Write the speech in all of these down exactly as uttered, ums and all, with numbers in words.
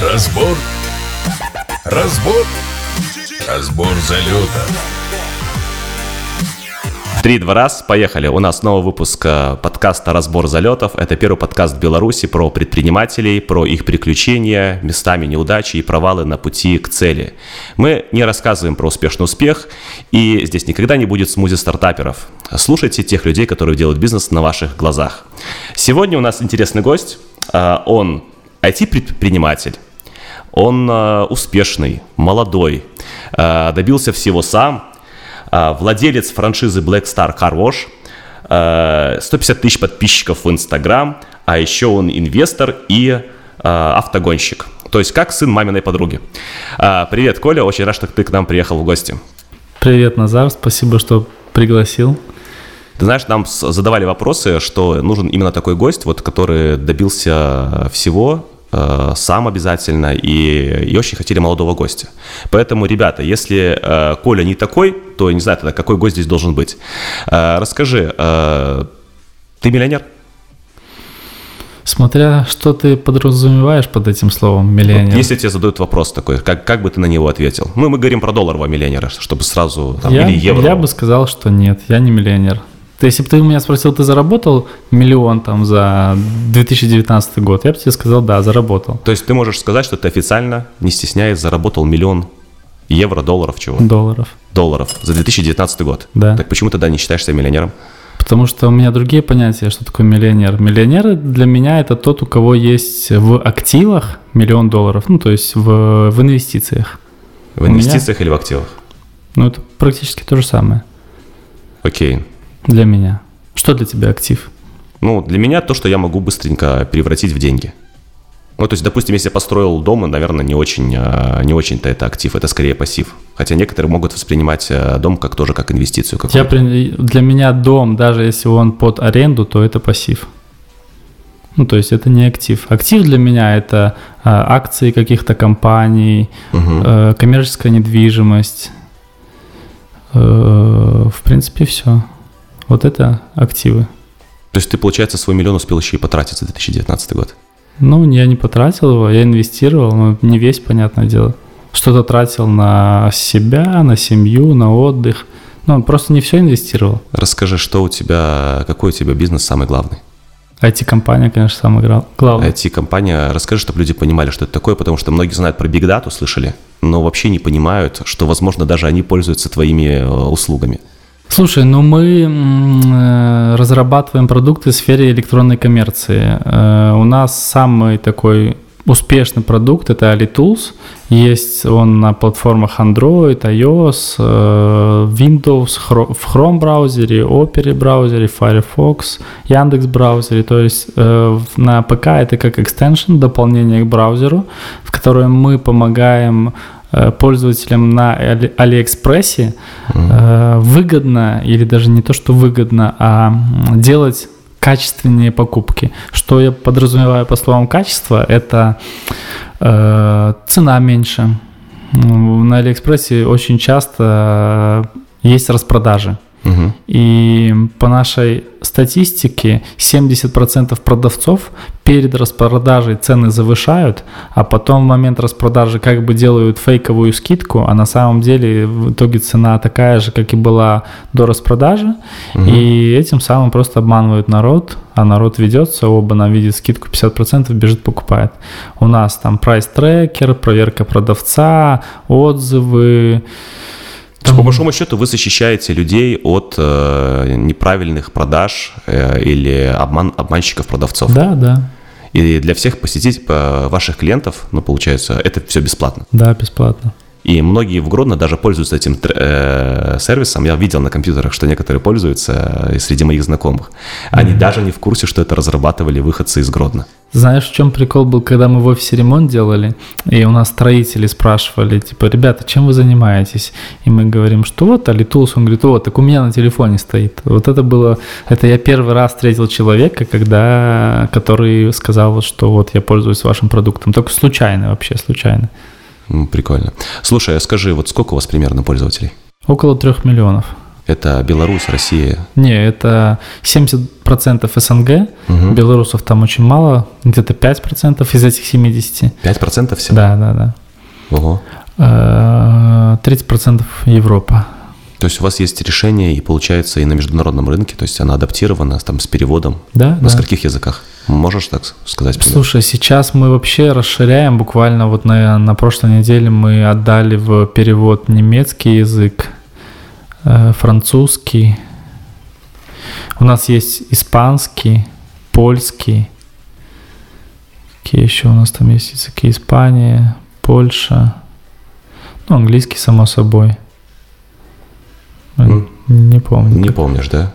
Разбор. Разбор. Разбор залета. Три, два, раз, поехали. У нас новый выпуск подкаста «Разбор залетов». Это первый подкаст в Беларуси про предпринимателей, про их приключения, местами неудачи и провалы на пути к цели. Мы не рассказываем про успешный успех, и здесь никогда не будет смузи стартаперов. Слушайте тех людей, которые делают бизнес на ваших глазах. Сегодня у нас интересный гость. Он ай ти-предприниматель. Он успешный, молодой, добился всего сам. Владелец франшизы Black Star Car Wash, сто пятьдесят тысяч подписчиков в Instagram, а еще он инвестор и автогонщик. То есть как сын маминой подруги. Привет, Коля, очень рад, что ты к нам приехал в гости. Привет, Назар, спасибо, что пригласил. Ты знаешь, нам задавали вопросы, что нужен именно такой гость, вот, который добился всего, сам обязательно, и, и очень хотели молодого гостя. Поэтому, ребята, если э, Коля не такой, то не знаю тогда, какой гость здесь должен быть. Э, расскажи, э, ты миллионер? Смотря что ты подразумеваешь под этим словом «миллионер». Вот если тебе задают вопрос такой, как, как бы ты на него ответил? Ну, мы говорим про долларового миллионера, чтобы сразу, там, я, или евро. Я бы сказал, что нет, я не миллионер. То есть, если бы ты у меня спросил, ты заработал миллион там за две тысячи девятнадцатый год, я бы тебе сказал, да, заработал. То есть ты можешь сказать, что ты официально, не стесняясь, заработал миллион евро, долларов, чего? Долларов. Долларов за две тысячи девятнадцатый год? Да. Так почему тогда не считаешься миллионером? Потому что у меня другие понятия, что такое миллионер. Миллионер для меня это тот, у кого есть в активах миллион долларов, ну, то есть в, в инвестициях. В инвестициях меня... или в активах? Ну, это практически то же самое. Окей. Для меня. Что для тебя актив? Ну, для меня то, что я могу быстренько превратить в деньги. Ну, то есть, допустим, если я построил дом, наверное, не очень, не очень-то это актив, это скорее пассив. Хотя некоторые могут воспринимать дом как тоже как инвестицию какую-то. Я, для меня дом, даже если он под аренду, то это пассив. Ну, то есть это не актив. Актив для меня это а, акции каких-то компаний, угу. а, коммерческая недвижимость. А, в принципе, все. Вот это активы. То есть ты, получается, свой миллион успел еще и потратить за две тысячи девятнадцатый год? Ну, я не потратил его, я инвестировал, но не весь, понятное дело. Что-то тратил на себя, на семью, на отдых. Ну, просто не все инвестировал. Расскажи, что у тебя, какой у тебя бизнес самый главный? ай ти-компания, конечно, самая главная. ай ти-компания, расскажи, чтобы люди понимали, что это такое, потому что многие знают про Big Data, слышали, но вообще не понимают, что, возможно, даже они пользуются твоими услугами. Слушай, ну мы разрабатываем продукты в сфере электронной коммерции. У нас самый такой успешный продукт – это AliTools. Есть он на платформах Android, iOS, Windows, в Chrome браузере, Opera браузере, Firefox, Яндекс браузере. То есть на ПК это как экстеншн, дополнение к браузеру, в котором мы помогаем пользователям на Али, Алиэкспрессе mm-hmm. э, выгодно, или даже не то, что выгодно, а делать качественнее покупки. Что я подразумеваю по словам качество, это э, цена меньше. На Алиэкспрессе очень часто есть распродажи. Uh-huh. И по нашей статистике семьдесят процентов продавцов перед распродажей цены завышают, а потом в момент распродажи как бы делают фейковую скидку, а на самом деле в итоге цена такая же, как и была до распродажи, uh-huh. и этим самым просто обманывают народ, а народ ведется, оба нам видят скидку пятьдесят процентов, бежит, покупает. У нас там прайс-трекер, проверка продавца, отзывы. То есть, по большому счету, вы защищаете людей от э, неправильных продаж э, или обман, обманщиков-продавцов. Да, да. И для всех посетить э, ваших клиентов, ну, получается, это все бесплатно. Да, бесплатно. И многие в Гродно даже пользуются этим э, сервисом. Я видел на компьютерах, что некоторые пользуются э, среди моих знакомых. Они mm-hmm. даже не в курсе, что это разрабатывали выходцы из Гродно. Знаешь, в чем прикол был, когда мы в офисе ремонт делали, и у нас строители спрашивали, типа, ребята, чем вы занимаетесь? И мы говорим, что вот AliTools. Он говорит, вот, так у меня на телефоне стоит. Вот это было, это я первый раз встретил человека, когда, который сказал, что вот я пользуюсь вашим продуктом. Только случайно, вообще случайно. Прикольно. Слушай, а скажи, вот сколько у вас примерно пользователей? Около трех миллионов. Это Беларусь, Россия? Не, это семьдесят процентов СНГ, угу. белорусов там очень мало, где-то пять процентов из этих семидесяти. пять процентов всего? Да, да, да. Ого. тридцать процентов Европа. То есть у вас есть решение, и получается и на международном рынке, то есть она адаптирована там с переводом? Да, На да. скольких языках? Можешь так сказать? Слушай, сейчас мы вообще расширяем, буквально вот на, на прошлой неделе мы отдали в перевод немецкий язык, э, французский, у нас есть испанский, польский, какие еще у нас там есть языки? Испания, Польша, ну, английский, само собой. Mm. Не помню. Не помнишь, да?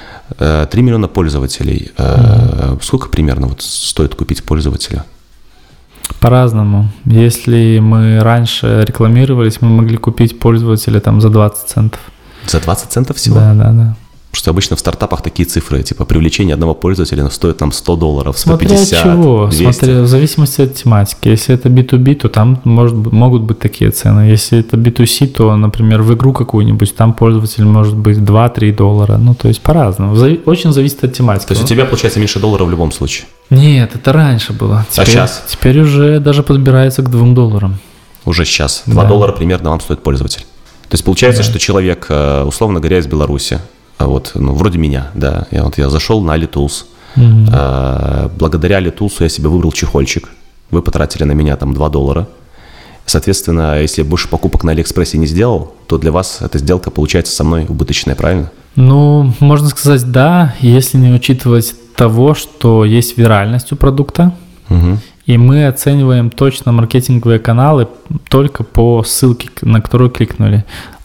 Три миллиона пользователей. Mm-hmm. Сколько примерно вот стоит купить пользователя? По-разному. Если мы раньше рекламировались, мы могли купить пользователя там за двадцать центов. За двадцать центов всего? Да, да, да. Потому что обычно в стартапах такие цифры, типа привлечение одного пользователя стоит там сто долларов, сто пятьдесят, Смотря чего, двести. смотря в зависимости от тематики. Если это би ту би, то там может, могут быть такие цены. Если это би ту си, то, например, в игру какую-нибудь, там пользователь может быть два-три доллара. Ну, то есть по-разному. Зави- очень зависит от тематики. То есть у тебя получается меньше доллара в любом случае? Нет, это раньше было. Теперь, а сейчас? Теперь уже даже подбирается к двум долларам. Уже сейчас. два Да. доллара примерно вам стоит пользователь. То есть получается, да. что человек, условно говоря, из Беларуси, вот, ну, вроде меня, да, я, вот, я зашел на AliTools, mm-hmm. а, благодаря AliTools я себе выбрал чехольчик, вы потратили на меня там два доллара, соответственно, если больше покупок на Алиэкспрессе не сделал, то для вас эта сделка получается со мной убыточная, правильно? Ну, можно сказать, да, если не учитывать того, что есть виральность у продукта, mm-hmm. и мы оцениваем точно маркетинговые каналы только по ссылке, на которую кликнули.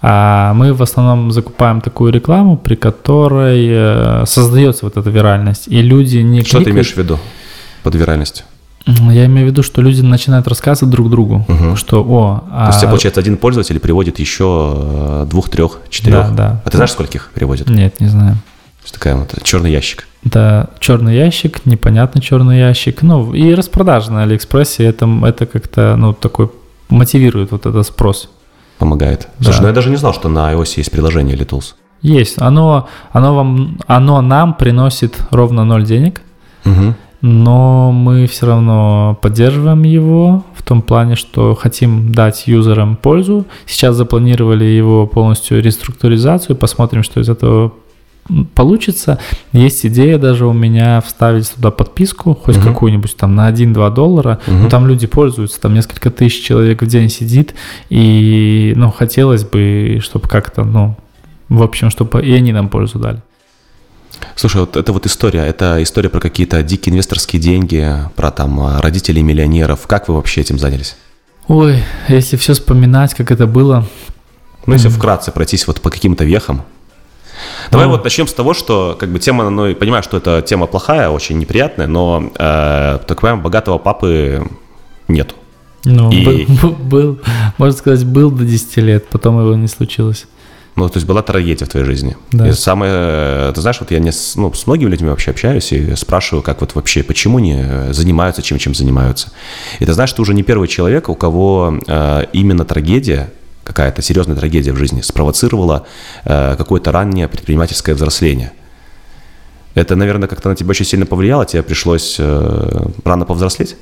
А мы в основном закупаем такую рекламу, при которой э, создается вот эта виральность. И люди не Что кликают. ты имеешь в виду под виральностью? Я имею в виду, что люди начинают рассказывать друг другу, угу. что о... То есть, а... получается, один пользователь приводит еще двух, трех, четырех. Да, да. А ты знаешь, скольких приводит? Нет, не знаю. То есть такая вот черный ящик. Да, черный ящик, непонятный черный ящик. Ну, и распродажа на Алиэкспрессе, это, это как-то, ну, такой мотивирует вот этот спрос. Помогает. Да. Слушай, ну я даже не знал, что на iOS есть приложение AliTools. Есть. Оно, оно, вам, оно нам приносит ровно ноль денег, угу. но мы все равно поддерживаем его в том плане, что хотим дать юзерам пользу. Сейчас запланировали его полностью реструктуризацию, посмотрим, что из этого получится. Есть идея даже у меня вставить туда подписку, хоть uh-huh. какую-нибудь там на один-два доллара, uh-huh. но там люди пользуются, там несколько тысяч человек в день сидит, и, ну, хотелось бы, чтобы как-то, ну, в общем, чтобы и они нам пользу дали. Слушай, вот это вот история, это история про какие-то дикие инвесторские деньги, про там родителей миллионеров. Как вы вообще этим занялись? Ой, если все вспоминать, как это было. Ну, если mm-hmm. вкратце пройтись вот по каким-то вехам. Давай ну, вот начнем с того, что как бы тема, ну, я понимаю, что это тема плохая, очень неприятная, но, э, так понимаем, богатого папы нету. Ну, И... был, был, можно сказать, был до десяти лет, потом его не случилось. Ну, то есть была трагедия в твоей жизни. Да. И самое, ты знаешь, вот я не с, ну, с многими людьми вообще общаюсь и спрашиваю, как вот вообще, почему они занимаются чем, чем занимаются. И ты знаешь, ты уже не первый человек, у кого э, именно трагедия, какая-то серьезная трагедия в жизни спровоцировала э, какое-то раннее предпринимательское взросление. Это, наверное, как-то на тебя очень сильно повлияло, тебе пришлось э, рано повзрослеть?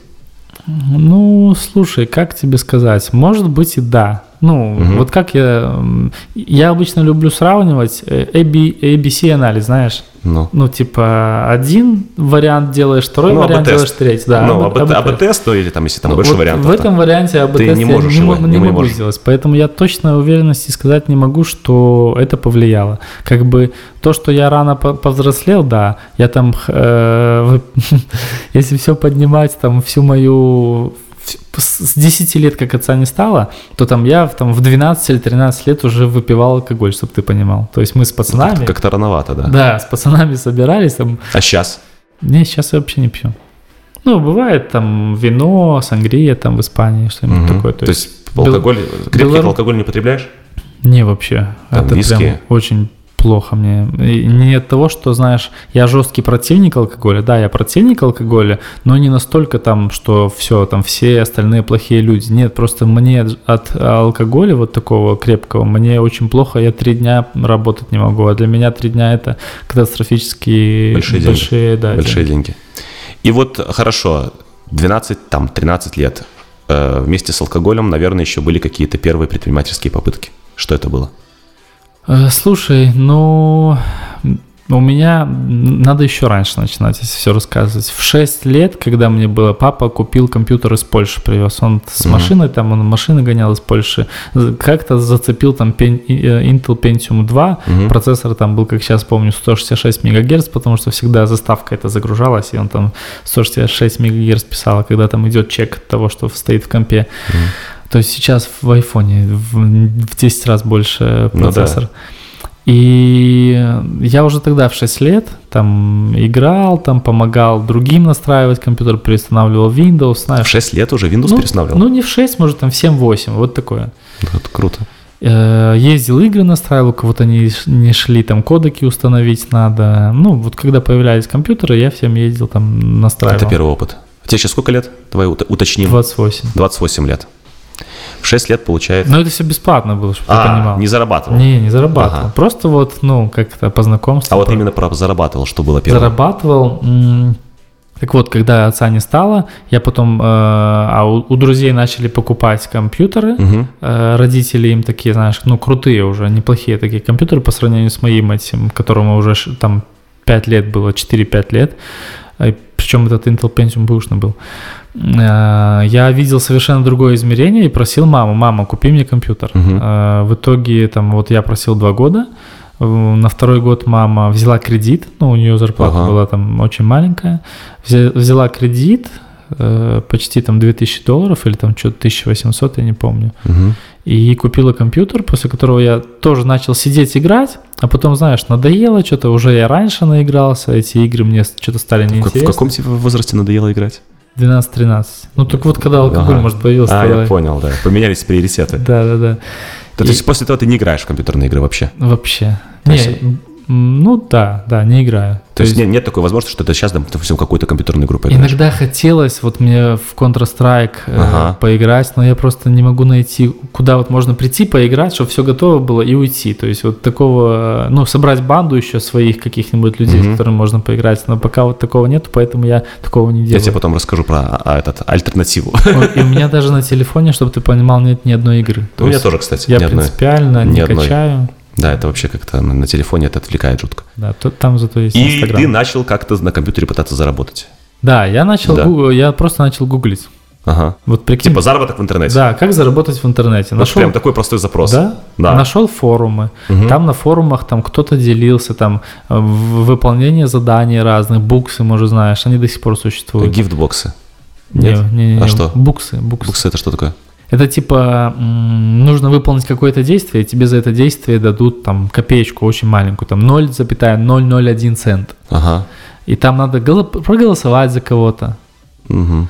Ну, слушай, как тебе сказать? Может быть и да. Ну, угу. вот как я... Я обычно люблю сравнивать эй би си-анализ, знаешь? Ну. ну, типа, один вариант делаешь, второй ну, вариант АБ-тест. делаешь, третий. Да, ну, АБ-тест, ну, или там, если там ну, больше вот вариантов. В этом там. варианте АБ-тест Ты не можешь я не, его, не, не могу можешь. сделать. Поэтому я точно уверенности сказать не могу, что это повлияло. Как бы то, что я рано повзрослел, да, я там, э, если все поднимать, там, всю мою... С десяти лет, как отца не стало, то там я там, в двенадцать или тринадцать лет уже выпивал алкоголь, чтобы ты понимал. То есть мы с пацанами... Как-то, как-то рановато, да? Да, с пацанами собирались. Там... А сейчас? Не, сейчас я вообще не пью. Ну, бывает там вино, сангрия там в Испании, что-нибудь угу. такое. То, то есть алкоголь, бел... крепкий Белор... алкоголь не потребляешь? Не, вообще. Там это виски? прям очень плохо мне. И не от того, что, знаешь, я жесткий противник алкоголя. Да, я противник алкоголя, но не настолько там, что все, там все остальные плохие люди. Нет, просто мне от алкоголя вот такого крепкого, мне очень плохо, я три дня работать не могу. А для меня три дня это катастрофически большие, большие, деньги. Да, большие деньги. деньги. И вот хорошо, двенадцать, там, тринадцать лет. Э, вместе с алкоголем, наверное, еще были какие-то первые предпринимательские попытки. Что это было? Слушай, ну, у меня надо еще раньше начинать, если все рассказывать. В шесть лет, когда мне было, папа купил компьютер из Польши, привез. Он с машиной, там он машины гонял из Польши. Как-то зацепил там Intel Pentium два. Uh-huh. Процессор там был, как сейчас помню, сто шестьдесят шесть мегагерц, потому что всегда заставка это загружалась, и он там сто шестьдесят шесть мегагерц писал, когда там идет чек того, что стоит в компе. Uh-huh. То есть сейчас в айфоне в, в десять раз больше процессор. Ну, да. И я уже тогда в шесть лет там играл, там помогал другим настраивать компьютер, переустанавливал Windows. Знаешь. В шесть лет уже Windows ну, переустанавливал? Ну, не в шесть, может, там в семь-восемь, вот такое. Это круто. Ездил, игры настраивал, у кого-то не, не шли, там кодеки установить надо. Ну, вот когда появлялись компьютеры, я всем ездил, там настраивал. Это первый опыт. Тебе сейчас сколько лет? Давай уточним. двадцать восемь. двадцать восемь лет. В шесть лет получается. Ну, это все бесплатно было, чтобы а, ты понимал. Не зарабатывал? Не, не зарабатывал. Ага. Просто вот, ну, как-то по знакомству. А вот именно про зарабатывал, что было первым? Зарабатывал. М- так вот, когда отца не стало, я потом, э- а у-, у друзей начали покупать компьютеры. Угу. Э- родители им такие, знаешь, ну, крутые уже, неплохие такие компьютеры по сравнению с моим этим, которому уже там пять лет было, четыре-пять лет. Причем этот Intel Pentium бэушный был. Я видел совершенно другое измерение и просил маму, мама, купи мне компьютер. Uh-huh. В итоге там вот я просил два года, на второй год мама взяла кредит, ну у нее зарплата uh-huh. была там очень маленькая, взяла кредит, почти там две тысячи долларов или там что-то тысяча восемьсот, я не помню. Uh-huh. И купила компьютер, после которого я тоже начал сидеть играть, а потом, знаешь, надоело что-то, уже я раньше наигрался, эти игры мне что-то стали неинтересны. В каком тебе возрасте надоело играть? двенадцать-тринадцать. Ну, так вот, когда алкоголь, ага. может, появился. А, я понял, да. Поменялись приоритеты. Да-да-да. То, и... то есть после того ты не играешь в компьютерные игры вообще? Вообще. Не, есть... ну да, да, не играю. То, то есть нет, нет такой возможности, что ты сейчас, допустим, какую-то компьютерную игру поиграешь? Иногда хотелось вот мне в Counter-Strike ага. э, поиграть, но я просто не могу найти, куда вот можно прийти поиграть, чтобы все готово было и уйти. То есть вот такого, ну, собрать банду еще своих каких-нибудь людей, угу. с которыми можно поиграть, но пока вот такого нету, поэтому я такого не делаю. Я тебе потом расскажу про а, этот, альтернативу. Вот, и у меня даже на телефоне, чтобы ты понимал, нет ни одной игры. У меня тоже, кстати, я принципиально не качаю. Да, это вообще как-то на, на телефоне это отвлекает жутко. Да, то, там зато есть И Инстаграм. ты начал как-то на компьютере пытаться заработать. Да, я начал, да. Гугл, я просто начал гуглить. Ага. Вот прикинь, типа заработок в интернете. Да, как заработать в интернете. Вот нашел, прям такой простой запрос. Да, да. Нашел форумы. Угу. Там на форумах там кто-то делился, там выполнение заданий разных, буксы, может, знаешь, они до сих пор существуют. Гифтбоксы. Нет? Не, не, не, а не. что? Буксы, буксы. Буксы это что такое? Это типа м- нужно выполнить какое-то действие, и тебе за это действие дадут там копеечку очень маленькую, там ноль целых ноль ноль один цент. Ага. И там надо гол- проголосовать за кого-то. Угу.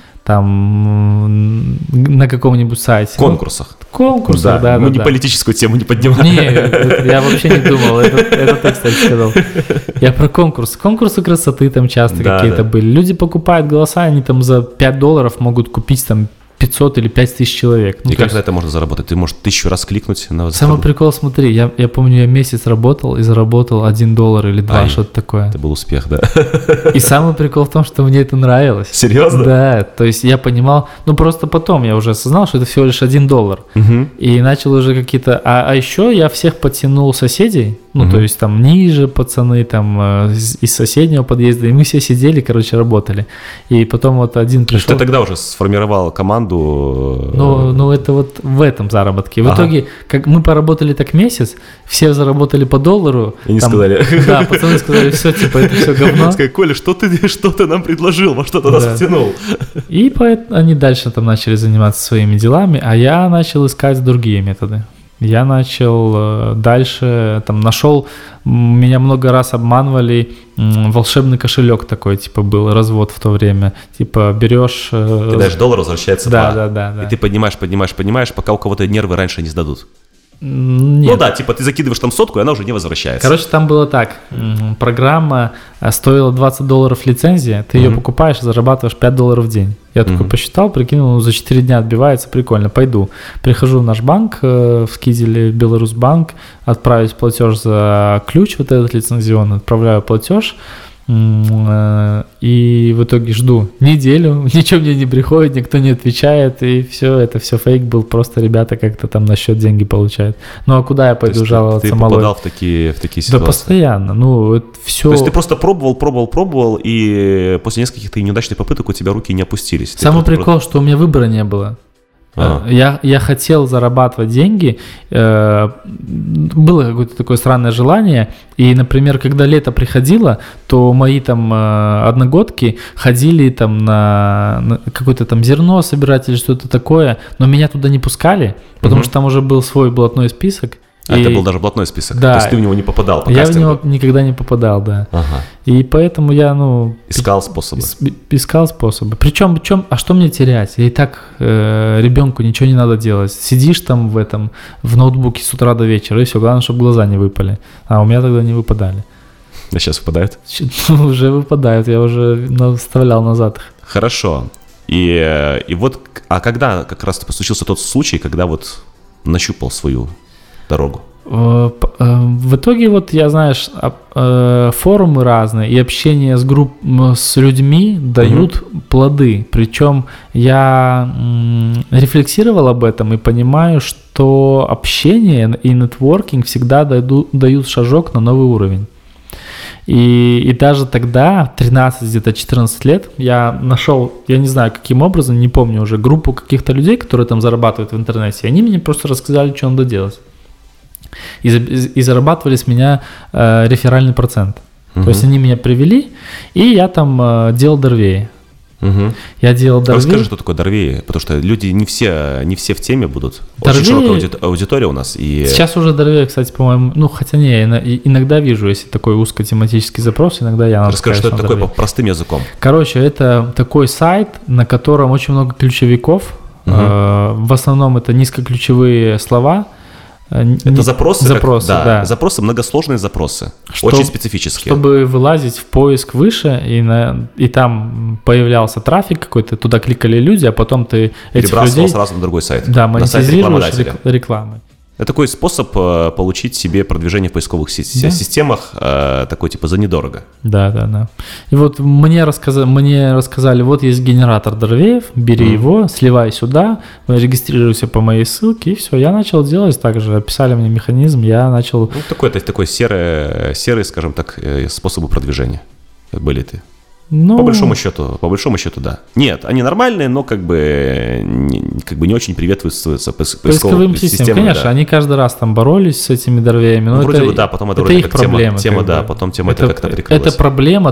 Там на каком-нибудь сайте. В конкурсах. В конкурсах, да, да. Мы да, не да. политическую тему не поднимаем. Не, я вообще не думал, это, это ты, кстати, сказал. Я про конкурс. Конкурсы красоты там часто да, какие-то да. были. Люди покупают голоса, они там за пять долларов могут купить там пятьсот или пять тысяч человек. Ну, и как есть... на это можно заработать? Ты можешь тысячу раз кликнуть на... Самый прикол, смотри, я, я помню, я месяц работал и заработал один доллар или два, Ай, что-то такое. Это был успех, да. И самый прикол в том, что мне это нравилось. Серьезно? Да, то есть я понимал, ну просто потом я уже осознал, что это всего лишь один доллар. Угу. И начал уже какие-то... А, а еще я всех подтянул соседей, ну угу. то есть там ниже пацаны, там из соседнего подъезда, и мы все сидели, короче, работали. И потом вот один пришел... Ты тогда уже сформировал команду. Ну, ну, это вот в этом заработке. В ага. итоге, как мы поработали так месяц, все заработали по доллару. И не там, сказали. Да, пацаны сказали, все, типа, это все говно. Сказали, Коля, что ты, что ты нам предложил, во что ты да. нас втянул? И поэтому они дальше там начали заниматься своими делами, а я начал искать другие методы. Я начал дальше, там, нашел, меня много раз обманывали, волшебный кошелек такой, типа, был, развод в то время, типа, берешь... Кидаешь доллар, возвращается да, два. Да, да, да. И ты поднимаешь, поднимаешь, поднимаешь, пока у кого-то нервы раньше не сдадут. Нет. Ну да, типа ты закидываешь там сотку, и она уже не возвращается. Короче, там было так. Программа стоила двадцать долларов лицензия, ты ее mm-hmm. покупаешь и зарабатываешь пять долларов в день. Я mm-hmm. такой посчитал, прикинул, ну, за четыре дня отбивается, прикольно, пойду. Прихожу в наш банк, в Скизеле, Беларусьбанк, отправить платеж за ключ вот этот лицензионный, отправляю платеж. И в итоге жду неделю, ничего мне не приходит, никто не отвечает, и все, это все фейк был, просто ребята как-то там на счет деньги получают. Ну а куда я пойду То жаловаться ты малой? Ты попадал в такие, в такие ситуации? Да постоянно, ну это все... То есть ты просто пробовал, пробовал, пробовал, и после нескольких ты неудачных попыток у тебя руки не опустились? Самый прикол, просто... что у меня выбора не было. А. Я, я хотел зарабатывать деньги, э, было какое-то такое странное желание, и, например, когда лето приходило, то мои там э, одногодки ходили там на, на какое-то там зерно собирать или что-то такое, но меня туда не пускали, потому угу. что там уже был свой блатной список. А и... это был даже блатной список? Да. То есть ты в него не попадал по Я кастингу? в него никогда не попадал, да. Ага. И поэтому я, ну... Искал способы. Искал способы. Причем, причем, а что мне терять? И так э, ребенку ничего не надо делать. Сидишь там в этом, в ноутбуке с утра до вечера, и все. Главное, чтобы глаза не выпали. А у меня тогда не выпадали. А сейчас выпадают? Ну, уже выпадают, я уже вставлял назад их. Хорошо. И, и вот, а когда как раз случился тот случай, когда вот нащупал свою дорогу? В итоге вот я, знаешь, форумы разные и общение с групп, с людьми дают угу. плоды. Причем я рефлексировал об этом и понимаю, что общение и нетворкинг всегда дают, дают шажок на новый уровень. И, и даже тогда, тринадцать, где-то четырнадцать лет, я нашел, я не знаю каким образом, не помню уже, группу каких-то людей, которые там зарабатывают в интернете, и они мне просто рассказали, что надо делать. И, и зарабатывали с меня э, реферальный процент. Uh-huh. То есть они меня привели, и я там э, делал дорвеи. Uh-huh. Я делал дорвеи. Расскажи, что такое дорвеи, потому что люди не все, не все в теме будут. Дорвеи... Очень широкая ауди... аудитория у нас. И... Сейчас уже дорвеи, кстати, по-моему, ну хотя не, я иногда вижу, если такой узкотематический запрос, иногда я... Расскажи, что это такое по простым языком. Короче, это такой сайт, на котором очень много ключевиков. Uh-huh. Э, в основном это низкоключевые слова. Это запросы? Запросы, как, да, да. Запросы, многосложные запросы, Что, очень специфические. Чтобы вылазить в поиск выше, и, на, и там появлялся трафик какой-то, туда кликали люди, а потом ты этих людей... сразу на другой сайт. Да, монетизируешь рекламой. Это такой способ э, получить себе продвижение в поисковых си- да. системах, э, такой типа за недорого. Да, да, да. И вот мне рассказали, мне рассказали, вот есть генератор дорвеев, бери mm. его, сливай сюда, регистрируйся по моей ссылке, и все. Я начал делать так же, описали мне механизм, я начал... Ну, такой, то есть, такой серый, серый, скажем так, способы продвижения были ты. Ну... По большому счету, по большому счету, да. Нет, они нормальные, но как бы не, как бы не очень приветствуются поисковым системам. Конечно, да. Они каждый раз там боролись с этими дорвеями. Ну, вроде бы, да, потом это, это вроде их как проблема, тема, тема как бы. да, потом тема это, это как-то прикрылась. Это проблема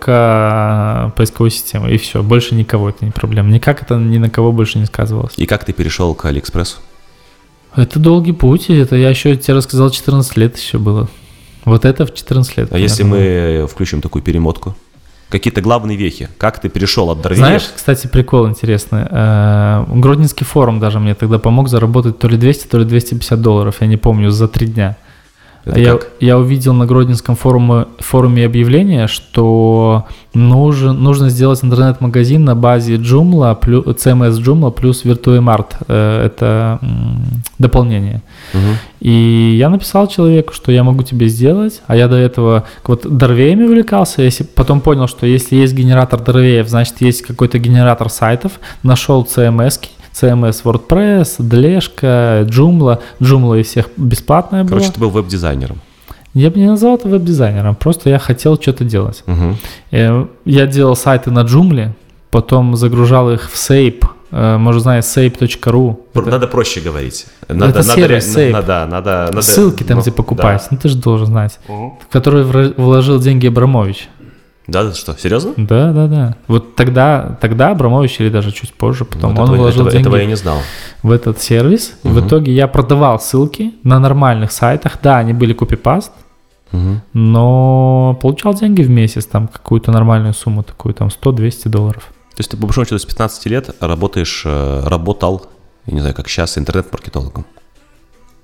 только поисковой системы, и все, больше никого это не проблема. Никак это ни на кого больше не сказывалось. И как ты перешел к Алиэкспрессу? Это долгий путь, это я еще тебе рассказал, четырнадцать лет еще было. Вот это в четырнадцать лет. А если мы включим такую перемотку? Какие-то главные вехи. Как ты перешел от дорвеев? Знаешь, кстати, прикол интересный. Гродненский форум даже мне тогда помог заработать то ли двести, то ли двести пятьдесят долларов, я не помню, за три дня. Я, я увидел на Гродненском форуме, форуме объявление, что нужен, нужно сделать интернет-магазин на базе Joomla, си эм эс Joomla плюс VirtueMart. Это дополнение. Угу. И я написал человеку, что я могу тебе сделать, а я до этого вот дорвеями увлекался, если потом понял, что если есть генератор дорвеев, значит есть какой-то генератор сайтов, нашел си эм эс-ки, си эм эс WordPress, Длешка, Joomla. Joomla из всех бесплатная была. Короче, ты был веб-дизайнером. Я бы не назвал это веб-дизайнером, просто я хотел что-то делать. Угу. Я делал сайты на Joomla, потом загружал их в Sape, может, знаешь, сейп точка ру. Надо это... проще говорить. Надо, это надо, сервис Sape. Надо, надо, надо, ссылки там, ну, где покупать, да. Ну ты же должен знать. Угу. В который вложил деньги Абрамович. Да, да, что, серьезно? Да, да, да. Вот тогда, тогда Абрамович или даже чуть позже, потом вот он этого, вложил этого, деньги этого я не знал. в этот сервис. Угу. В итоге я продавал ссылки на нормальных сайтах. Да, они были копипаст, угу. но получал деньги в месяц, там какую-то нормальную сумму, такую там сто-двести долларов. То есть ты, по большому счету, с пятнадцати лет работаешь, работал, я не знаю, как сейчас, интернет-маркетологом?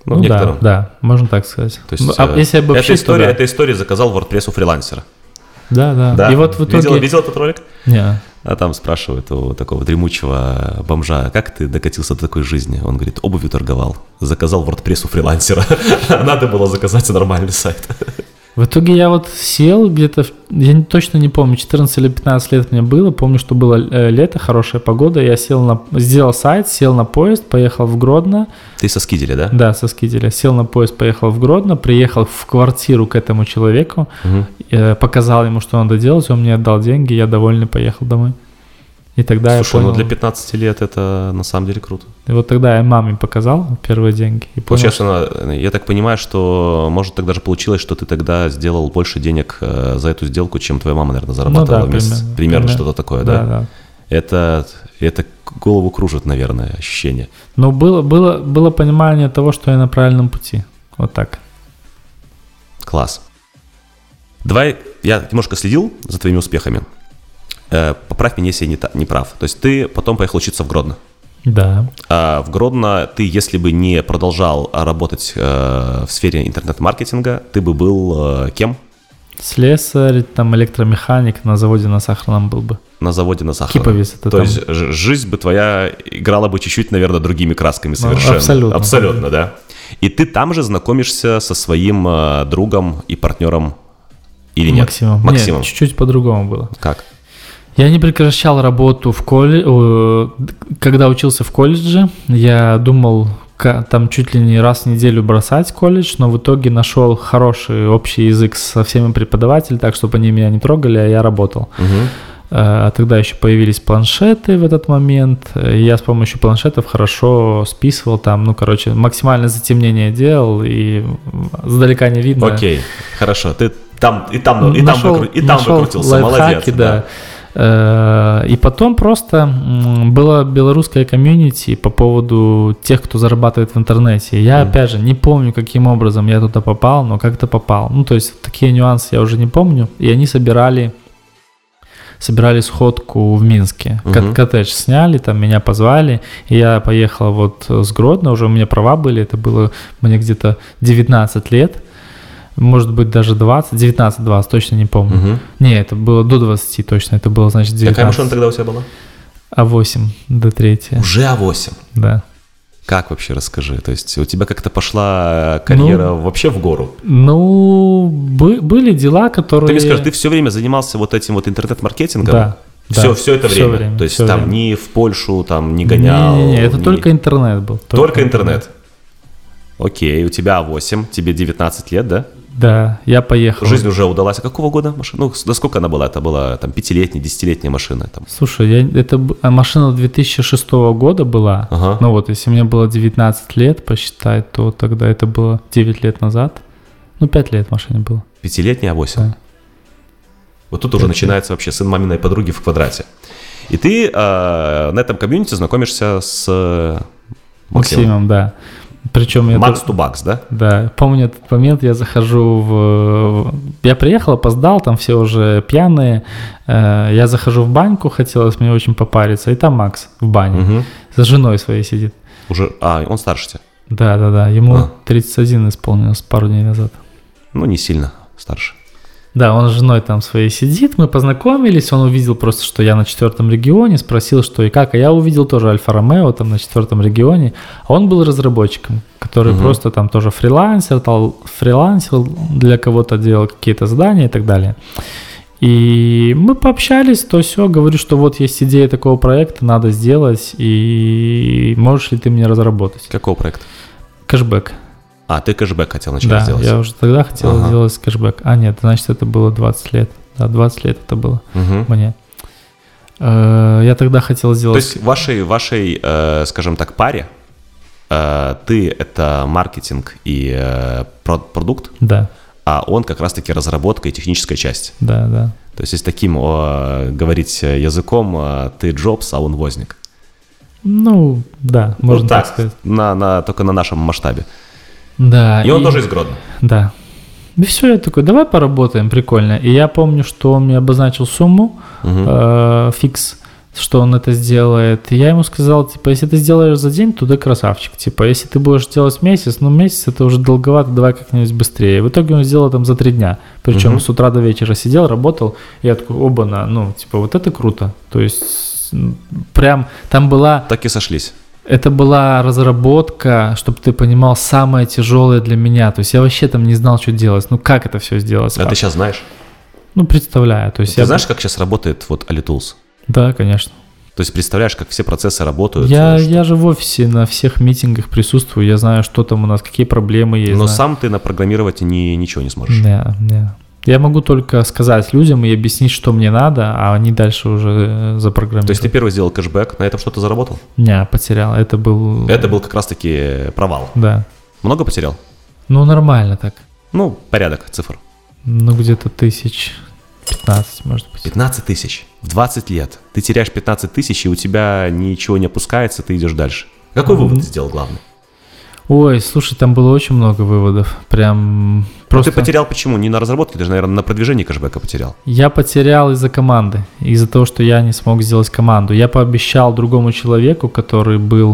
Ну, ну некоторым. да, да, можно так сказать. То есть, а, э, если обобщить, эта история, то да. эта история заказал WordPress у фрилансера. Да, да. Да? И вот в итоге... Видел, видел этот ролик? Не. А там спрашивают у такого дремучего бомжа, как ты докатился до такой жизни? Он говорит, обувью торговал, заказал WordPress у фрилансера. Надо было заказать нормальный сайт. В итоге я вот сел где-то, я не- точно не помню, четырнадцать или пятнадцать лет мне было, помню, что было э, лето, хорошая погода, я сел на, сделал сайт, сел на поезд, поехал в Гродно, Ты со Скиделя, да? да, со Скиделя, сел на поезд, поехал в Гродно, приехал в квартиру к этому человеку, Мгм. э, показал ему, что надо делать, он мне отдал деньги, я довольный поехал домой. И тогда Слушай, я понял, ну для пятнадцати лет это на самом деле круто. и вот тогда я маме показал первые деньги. И понял, Получается, я так понимаю, что, может, так даже получилось, что ты тогда сделал больше денег э, за эту сделку, чем твоя мама, наверное, зарабатывала Ну да, в месяц. примерно, Примерно примерно. что-то такое, да, да? да. Это, это голову кружит, наверное, ощущение. Но было, было, было понимание того, что я на правильном пути. Вот так. Класс. Давай, я немножко следил за твоими успехами. Э, поправь меня, если я не, та- не прав. То есть ты потом поехал учиться в Гродно. Да. А в Гродно ты, если бы не продолжал работать э, в сфере интернет-маркетинга, ты бы был э, кем? Слесарь, там электромеханик на заводе на Сахарном был бы. На заводе на Сахарном. Киповец это То там. есть ж- жизнь бы твоя играла бы чуть-чуть, наверное, другими красками совершенно. абсолютно. Абсолютно, да. И ты там же знакомишься со своим э, другом и партнером или нет? Максимум. Максимом. Нет, чуть-чуть по-другому было. Как? Я не прекращал работу в колледже. Когда учился в колледже, я думал ка- там чуть ли не раз в неделю бросать колледж, но в итоге нашел хороший общий язык со всеми преподавателями, так, чтобы они меня не трогали, а я работал. Мгм. А тогда еще появились планшеты в этот момент. и Я с помощью планшетов хорошо списывал там, ну, короче, максимальное затемнение делал, и сдалека не видно. Окей, хорошо. Ты там и там, и Нашел- там, выкру- и там нашел выкрутился, лайфхаки, молодец. да. Э, И потом просто м, было белорусское комьюнити по поводу тех, кто зарабатывает в интернете. Я, Мгм. опять же, не помню, каким образом я туда попал, но как-то попал. Ну, то есть такие нюансы я уже не помню. И они собирали собирали сходку в Минске. Кот- Мгм. Коттедж сняли, там меня позвали, и я поехал вот с Гродно, уже у меня права были, это было мне где-то девятнадцать лет, может быть даже двадцать, девятнадцать-двадцать, точно не помню. Мгм. Не, это было до двадцати точно, это было, значит, девятнадцать. Какая машина тогда у тебя была? А восемь, Д три, Уже А восемь. да. Как вообще, расскажи? То есть у тебя как-то пошла карьера Ну, вообще в гору? Ну, бы- были дела, которые... Ты мне скажи, ты все время занимался вот этим вот интернет-маркетингом? Да. Все, да, все это всё время? время, То есть всё там время. ни в Польшу там не гонял? Не-не-не, это ни- только интернет был. Только интернет? Окей, у тебя А восемь, тебе девятнадцать лет, да? Да, я поехал. Жизнь уже удалась. А какого года машина? Ну, да сколько она была? Это была там пятилетняя, десятилетняя машина. Там. Слушай, я, это б- а машина две тысячи шестого года была. Ага. Ну вот, если мне было девятнадцать лет посчитать, то тогда это было девять лет назад. Ну, пять лет машине было. Пятилетняя А восемь. Да. Вот тут уже Пять начинается вообще сын маминой подруги в квадрате. И ты э, на этом комьюнити знакомишься с э, Максимом. Максимом, да. Причем я... Макс тут- to Bucks, да? Да, помню этот момент, я захожу в... в- Я приехал, опоздал, там все уже пьяные. Э, Я захожу в баньку, хотелось мне очень попариться, и там Макс в бане Мгм. с женой своей сидит. Уже, а, он старше тебя. Да, да, да, ему А. тридцать один исполнилось пару дней назад. Ну, не сильно старше. Да, он с женой там своей сидит, мы познакомились, он увидел просто, что я на четвертом регионе, спросил, что и как, а я увидел тоже Альфа-Ромео там на четвертом регионе, а он был разработчиком, который Мгм. просто там тоже фрилансер, тал- фрилансил, для кого-то делал какие-то задания и так далее. И мы пообщались, то все, говорю, что вот есть идея такого проекта, надо сделать, и можешь ли ты мне разработать? Какого проекта? Кэшбэк. А, ты кэшбэк хотел начать Да, делать. я уже тогда хотел Ага. сделать кэшбэк. А нет, значит, это было двадцать лет. Да, двадцать лет это было Мгм. мне. Э, Я тогда хотел То сделать... есть в вашей, вашей э, скажем так, паре э, ты — это маркетинг и э, про- продукт, Да, а он как раз-таки разработка и техническая часть. да, да. То есть, если таким э, говорить языком, э, ты Джобс, а он Возник. Ну, да, можно Ну, так сказать. На, на, только на нашем масштабе. Да. И он тоже из Гродно. Да. И все, я такой, давай поработаем, прикольно. И я помню, что он мне обозначил сумму, Мгм. э, фикс, что он это сделает. И я ему сказал, типа, если ты сделаешь за день, то ты красавчик. Типа, если ты будешь делать месяц, ну месяц это уже долговато, давай как-нибудь быстрее. В итоге он сделал там за три дня. Причем uh-huh. с утра до вечера сидел, работал. И я такой, оба-на, ну, типа, вот это круто. То есть, прям там была... Так и сошлись. Это была разработка, чтобы ты понимал, самое тяжелое для меня. То есть я вообще там не знал, что делать. Ну, как это все сделать? А ты сейчас знаешь? Ну, представляю. То есть ты я... знаешь, как сейчас работает вот AliTools? Да, конечно. То есть представляешь, как все процессы работают? Я, я же в офисе на всех митингах присутствую, я знаю, что там у нас, какие проблемы есть. Но знаю. Сам ты напрограммировать ни, ничего не сможешь? Не, не. Я могу только сказать людям и объяснить, что мне надо, а они дальше уже запрограммируют. То есть ты первый сделал кэшбэк, на этом что-то заработал? Не, потерял. Это был... Это был как раз-таки провал? Да. Много потерял? Ну, нормально так. Ну, порядок цифр. Ну, где-то тысяч... пятнадцать, может быть. пятнадцать тысяч в двадцать лет. Ты теряешь пятнадцать тысяч, и у тебя ничего не опускается, ты идешь дальше. Какой mm-hmm. вывод ты сделал главный? Ой, слушай, там было очень много выводов. Прям просто... Но ты потерял почему? Не на разработке, ты же, наверное, на продвижении кэшбэка потерял. Я потерял из-за команды. Из-за того, что я не смог сделать команду. Я пообещал другому человеку, который был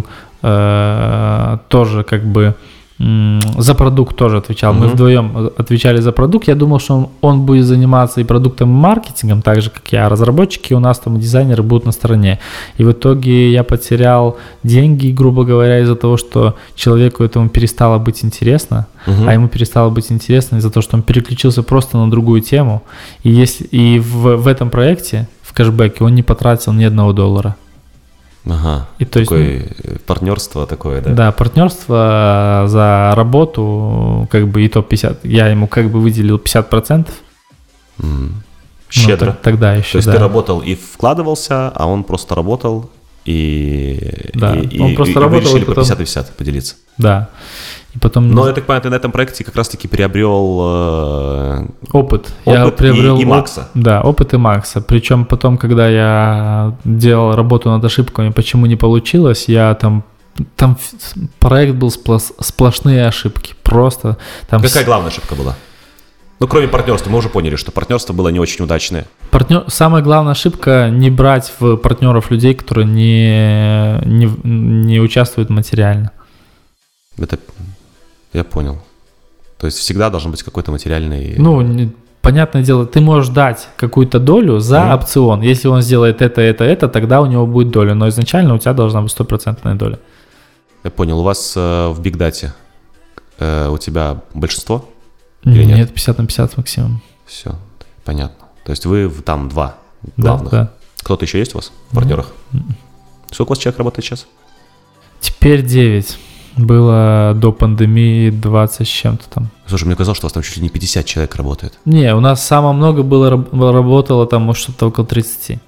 э, тоже как бы... За продукт тоже отвечал. Uh-huh. Мы вдвоем отвечали за продукт. Я думал, что он, он будет заниматься и продуктом, и маркетингом, так же, как я. Разработчики у нас там, дизайнеры будут на стороне. И в итоге я потерял деньги, грубо говоря, из-за того, что человеку этому перестало быть интересно. Uh-huh. А ему перестало быть интересно из-за того, что он переключился просто на другую тему. И, если, и в, в этом проекте, в кэшбэке, он не потратил ни одного доллара. Ага, и то такое есть, партнерство такое, да? Да, партнерство за работу, как бы и то пятьдесят, я ему как бы выделил пятьдесят процентов. Mm. Щедро. Ну, тогда еще, То есть да. ты работал и вкладывался, а он просто работал и, да, и, он просто и, работал, и вы решили и потом... по пятьдесят на пятьдесят поделиться. Да. И потом... Но я так понимаю, ты на этом проекте как раз-таки приобрел э, опыт. опыт я приобрел и, и Макса. Оп... Да, опыт и Макса. Причем потом, когда я делал работу над ошибками, почему не получилось, я там... Там проект был сплос... сплошные ошибки. Просто... Там Какая с... главная ошибка была? Ну, кроме партнерства, мы уже поняли, что партнерство было не очень удачное. Партнер... Самая главная ошибка – не брать в партнеров людей, которые не, не, не участвуют материально. Это я понял. То есть всегда должен быть какой-то материальный... Ну, не, понятное дело, ты можешь дать какую-то долю за mm-hmm. опцион. Если он сделает это, это, это, тогда у него будет доля. Но изначально у тебя должна быть стопроцентная доля. Я понял. У вас э, в Big Data э, у тебя большинство? Или нет, нет, пятьдесят на пятьдесят максимум. Все, понятно. То есть вы там два главных. Да, да. Кто-то еще есть у вас в партнерах? Mm-hmm. Сколько у вас человек работает сейчас? Теперь девять. Было до пандемии двадцать с чем-то там. Слушай, мне казалось, что у вас там чуть ли не пятьдесят человек работает. Не, у нас самое много было, работало там, может, что-то около тридцати.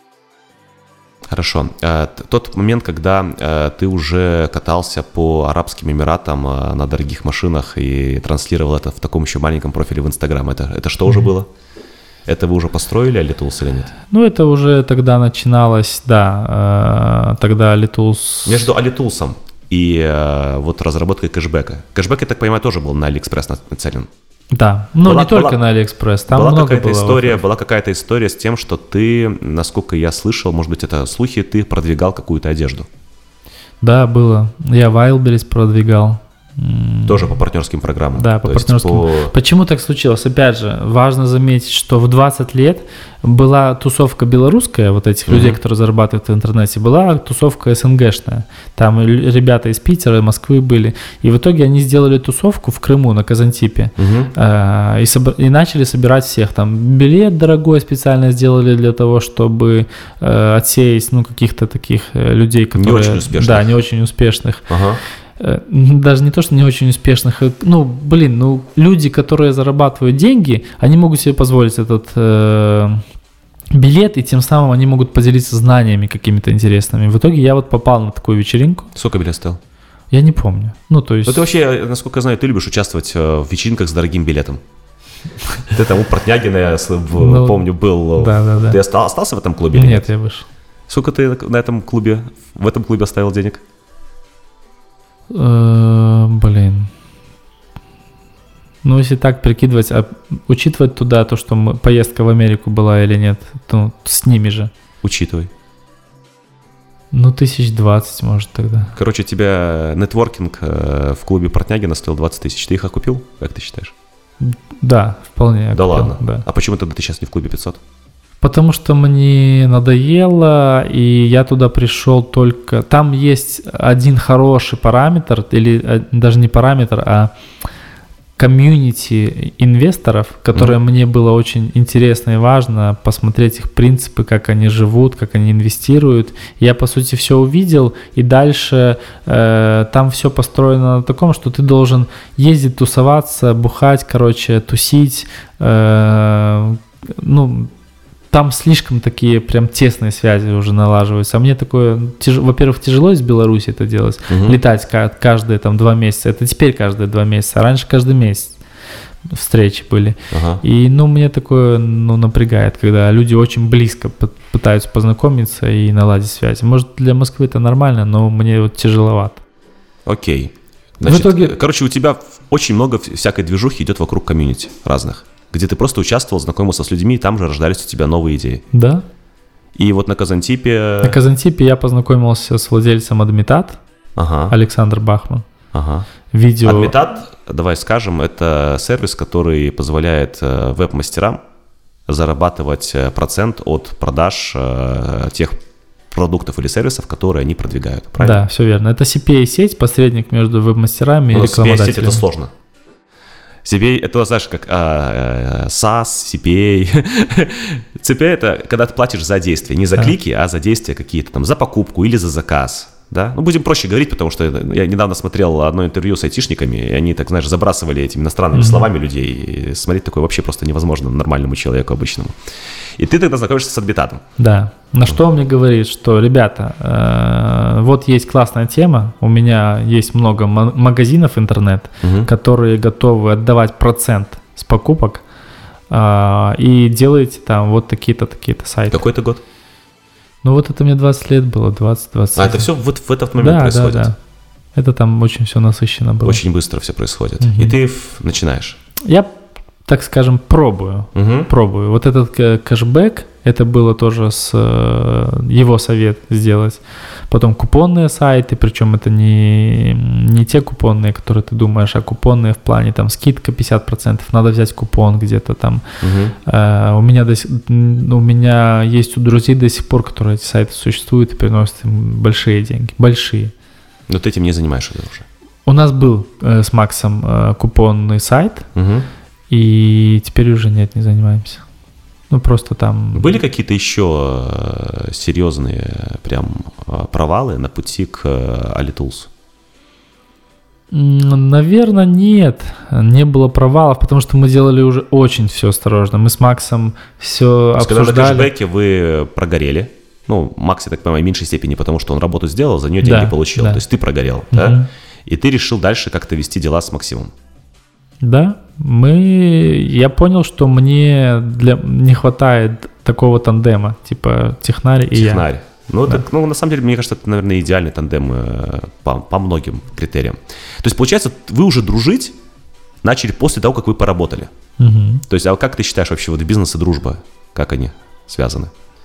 Хорошо. Тот момент, когда ты уже катался по Арабским Эмиратам на дорогих машинах и транслировал это в таком еще маленьком профиле в Инстаграм, это, это что mm-hmm. уже было? Это вы уже построили AliTools или нет? Ну, это уже тогда начиналось, да. Тогда AliTools... Между AliTools и э, вот разработкой кэшбэка. Кэшбэк, я так понимаю, тоже был на AliExpress нацелен. Да, но была, не только была, на AliExpress, там была много какая-то было. История, была какая-то история с тем, что ты, насколько я слышал, может быть, это слухи, ты продвигал какую-то одежду. Да, было. Я Wildberries продвигал. Тоже по партнерским программам. Да, по То партнерским. По... Почему так случилось? Опять же, важно заметить, что в двадцать лет была тусовка белорусская, вот этих uh-huh. людей, которые зарабатывают в интернете, была тусовка СНГшная. Там ребята из Питера, Москвы были. И в итоге они сделали тусовку в Крыму на Казантипе. Uh-huh. э, и, собр... и начали собирать всех. Там билет дорогой специально сделали для того, чтобы э, отсеять ну, каких-то таких людей, которые... Не очень успешных. Да, не очень успешных. Uh-huh. Даже не то, что не очень успешных. Ну, блин, ну, люди, которые зарабатывают деньги, они могут себе позволить этот э, билет, и тем самым они могут поделиться знаниями какими-то интересными. В итоге я вот попал на такую вечеринку. Сколько билет стоил? Я не помню. Ну, то есть... Ну, ты вообще, насколько я знаю, ты любишь участвовать в вечеринках с дорогим билетом. Ты там у Портнягина, я помню, был. Да, да, да. Ты остался в этом клубе? Нет, я вышел. Сколько ты на этом клубе, в этом клубе оставил денег? Uh, блин. Ну, если так прикидывать, а учитывать туда то, что мы, поездка в Америку была или нет, то с ними же. Учитывай. Ну, тысяч двадцать, может, тогда. Короче, тебя нетворкинг э, в клубе Портнягина стоил двадцать тысяч. Ты их окупил, как ты считаешь? Да, вполне. Да окупил, ладно? Да. А почему тогда ты сейчас не в клубе пятьсот? Потому что мне надоело, и я туда пришел только... Там есть один хороший параметр, или даже не параметр, а комьюнити инвесторов, которые mm-hmm. мне было очень интересно и важно посмотреть их принципы, как они живут, как они инвестируют. Я, по сути, все увидел, и дальше э, там все построено на таком, что ты должен ездить, тусоваться, бухать, короче, тусить, э, ну... Там слишком такие прям тесные связи уже налаживаются. А мне такое, тяж... во-первых, тяжело из Беларуси это делать, угу. летать каждые там два месяца. Это теперь каждые два месяца, а раньше каждый месяц встречи были. Ага. И, ну, мне такое, ну, напрягает, когда люди очень близко пытаются познакомиться и наладить связи. Может, для Москвы это нормально, но мне вот тяжеловато. Окей. Значит, в итоге... короче, у тебя очень много всякой движухи идет вокруг комьюнити разных, где ты просто участвовал, знакомился с людьми, и там же рождались у тебя новые идеи. Да. И вот на Казантипе... На Казантипе я познакомился с владельцем Адмитат, ага. Александр Бахман. Ага. Видео... Адмитат, давай скажем, это сервис, который позволяет веб-мастерам зарабатывать процент от продаж тех продуктов или сервисов, которые они продвигают. Правильно? Да, все верно. Это си пи эй-сеть, посредник между веб-мастерами Но и рекламодателями. си пи эй-сеть это сложно. си пи эй, это, знаешь, как а, а, SaaS, си пи эй. си пи эй это когда ты платишь за действия, не за да. клики, а за действия какие-то там, за покупку или за заказ. Да? Ну, будем проще говорить, потому что я недавно смотрел одно интервью с айтишниками, и они, так знаешь, забрасывали этими иностранными mm-hmm. словами людей. И смотреть такое вообще просто невозможно нормальному человеку обычному. И ты тогда знакомишься с Адмитатом. Да. На что он мне говорит, что, ребята, э, вот есть классная тема, у меня есть много м- магазинов интернет, mm-hmm. которые готовы отдавать процент с покупок, э, и делаете там вот такие-то, такие-то сайты. Какой это год? Ну вот это мне двадцать лет было, двадцать-двадцать. А это все вот в этот момент да, происходит? Да, да. Это там очень все насыщенно было. Очень быстро все происходит. Угу. И ты в... начинаешь? Я, так скажем, пробую. Угу. Пробую. Вот этот кэшбэк, это было тоже с его совет сделать. Потом купонные сайты, причем это не, не те купонные, которые ты думаешь, а купонные в плане там скидка пятьдесят процентов, надо взять купон где-то там. Угу. Uh, у, меня до, у меня есть у друзей до сих пор, которые эти сайты существуют и приносят им большие деньги, большие. Но ты этим не занимаешься уже? У нас был э, с Максом э, купонный сайт, угу. и теперь уже нет, не занимаемся. Ну, просто там... Были какие-то еще серьезные прям провалы на пути к AliTools? Наверное, нет. Не было провалов, потому что мы делали уже очень все осторожно. Мы с Максом все обсуждали. Когда на кэшбэке вы прогорели, ну, Макс, я так понимаю, в меньшей степени, потому что он работу сделал, за нее деньги да, получил. Да. То есть ты прогорел, угу. да? И ты решил дальше как-то вести дела с Максимом. Да, мы, я понял, что мне для, не хватает такого тандема, типа технарь и технарь. я. Ну, да. это, ну, на самом деле, мне кажется, это, наверное, идеальный тандем э, по, по многим критериям. То есть, получается, вы уже дружить начали после того, как вы поработали. Угу. То есть, а как ты считаешь вообще, вот бизнес и дружба, как они связаны?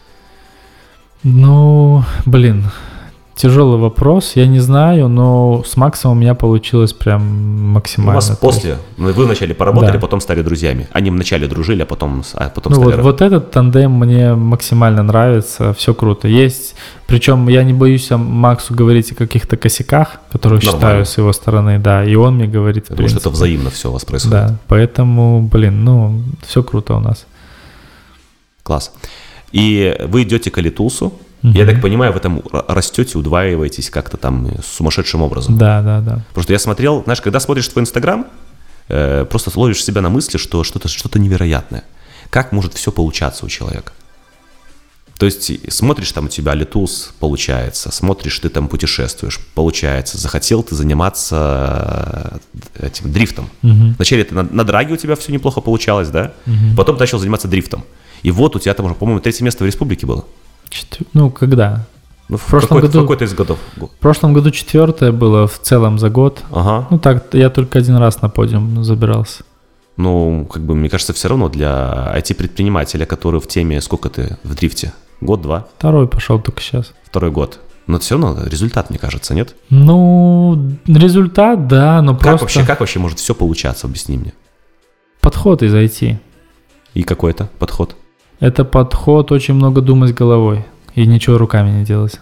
Ну, блин... Тяжелый вопрос, я не знаю, но с Максом у меня получилось прям максимально. У вас после, вы вначале поработали, да. потом стали друзьями. Они вначале дружили, а потом, а потом ну стали... Вот, вот этот тандем мне максимально нравится, все круто. Есть, причем я не боюсь Максу говорить о каких-то косяках, которые Нормально. Считаю с его стороны, да, и он мне говорит. Потому что это взаимно все у вас происходит. Да, поэтому, блин, ну, все круто у нас. Класс. И вы идете к AliTools. Я так понимаю, в этом растете, удваиваетесь как-то там сумасшедшим образом. Да, да, да. Просто я смотрел, знаешь, когда смотришь твой Инстаграм, э, просто ловишь себя на мысли, что что-то, что-то невероятное. Как может все получаться у человека? То есть смотришь, там у тебя AliTools получается, смотришь, ты там путешествуешь, получается, захотел ты заниматься этим дрифтом. Угу. Вначале это на, на драге у тебя все неплохо получалось, да? Угу. Потом ты начал заниматься дрифтом. И вот у тебя там уже, по-моему, третье место в республике было. Ну, когда? Ну, в, в прошлом какой-то, году, в какой-то из годов. В прошлом году четвертое было в целом за год. Ага. Ну, так, я только один раз на подиум забирался. Ну, как бы, мне кажется, все равно для ай ти-предпринимателя, который в теме, сколько ты в дрифте? Год-два? Второй пошел только сейчас. Второй год. Но все равно результат, мне кажется, нет? Ну, результат, да, но как просто... Вообще, как вообще может все получаться? Объясни мне. Подход из ай ти. И какой это подход? Это подход очень много думать головой и ничего руками не делать.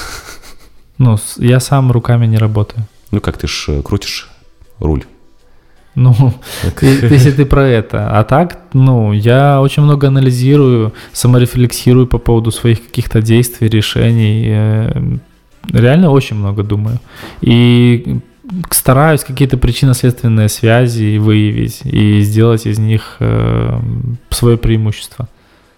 Ну, я сам руками не работаю. Ну, как ты ж крутишь руль. Ну, если ты про это. А так, ну, я очень много анализирую, саморефлексирую по поводу своих каких-то действий, решений. Реально очень много думаю. И стараюсь какие-то причинно-следственные связи выявить и сделать из них свое преимущество.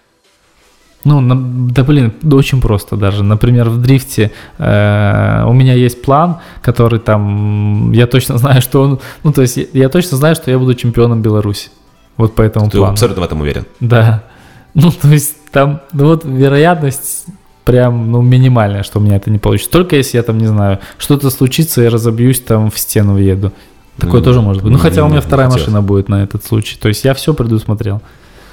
Ну, на, да блин, очень просто даже. Например, в дрифте э, у меня есть план, который там, я точно знаю, что он, ну, то есть я, я точно знаю, что я буду чемпионом Беларуси. Вот по этому Ты плану. Ты абсолютно в этом уверен? Да. Ну, то есть там, ну вот вероятность прям, ну, минимальная, что у меня это не получится. Только если я там, не знаю, что-то случится и разобьюсь, там в стену въеду. Такое mm-hmm. тоже может быть. Ну, хотя mm-hmm. у меня вторая mm-hmm. машина будет на этот случай. То есть я все предусмотрел.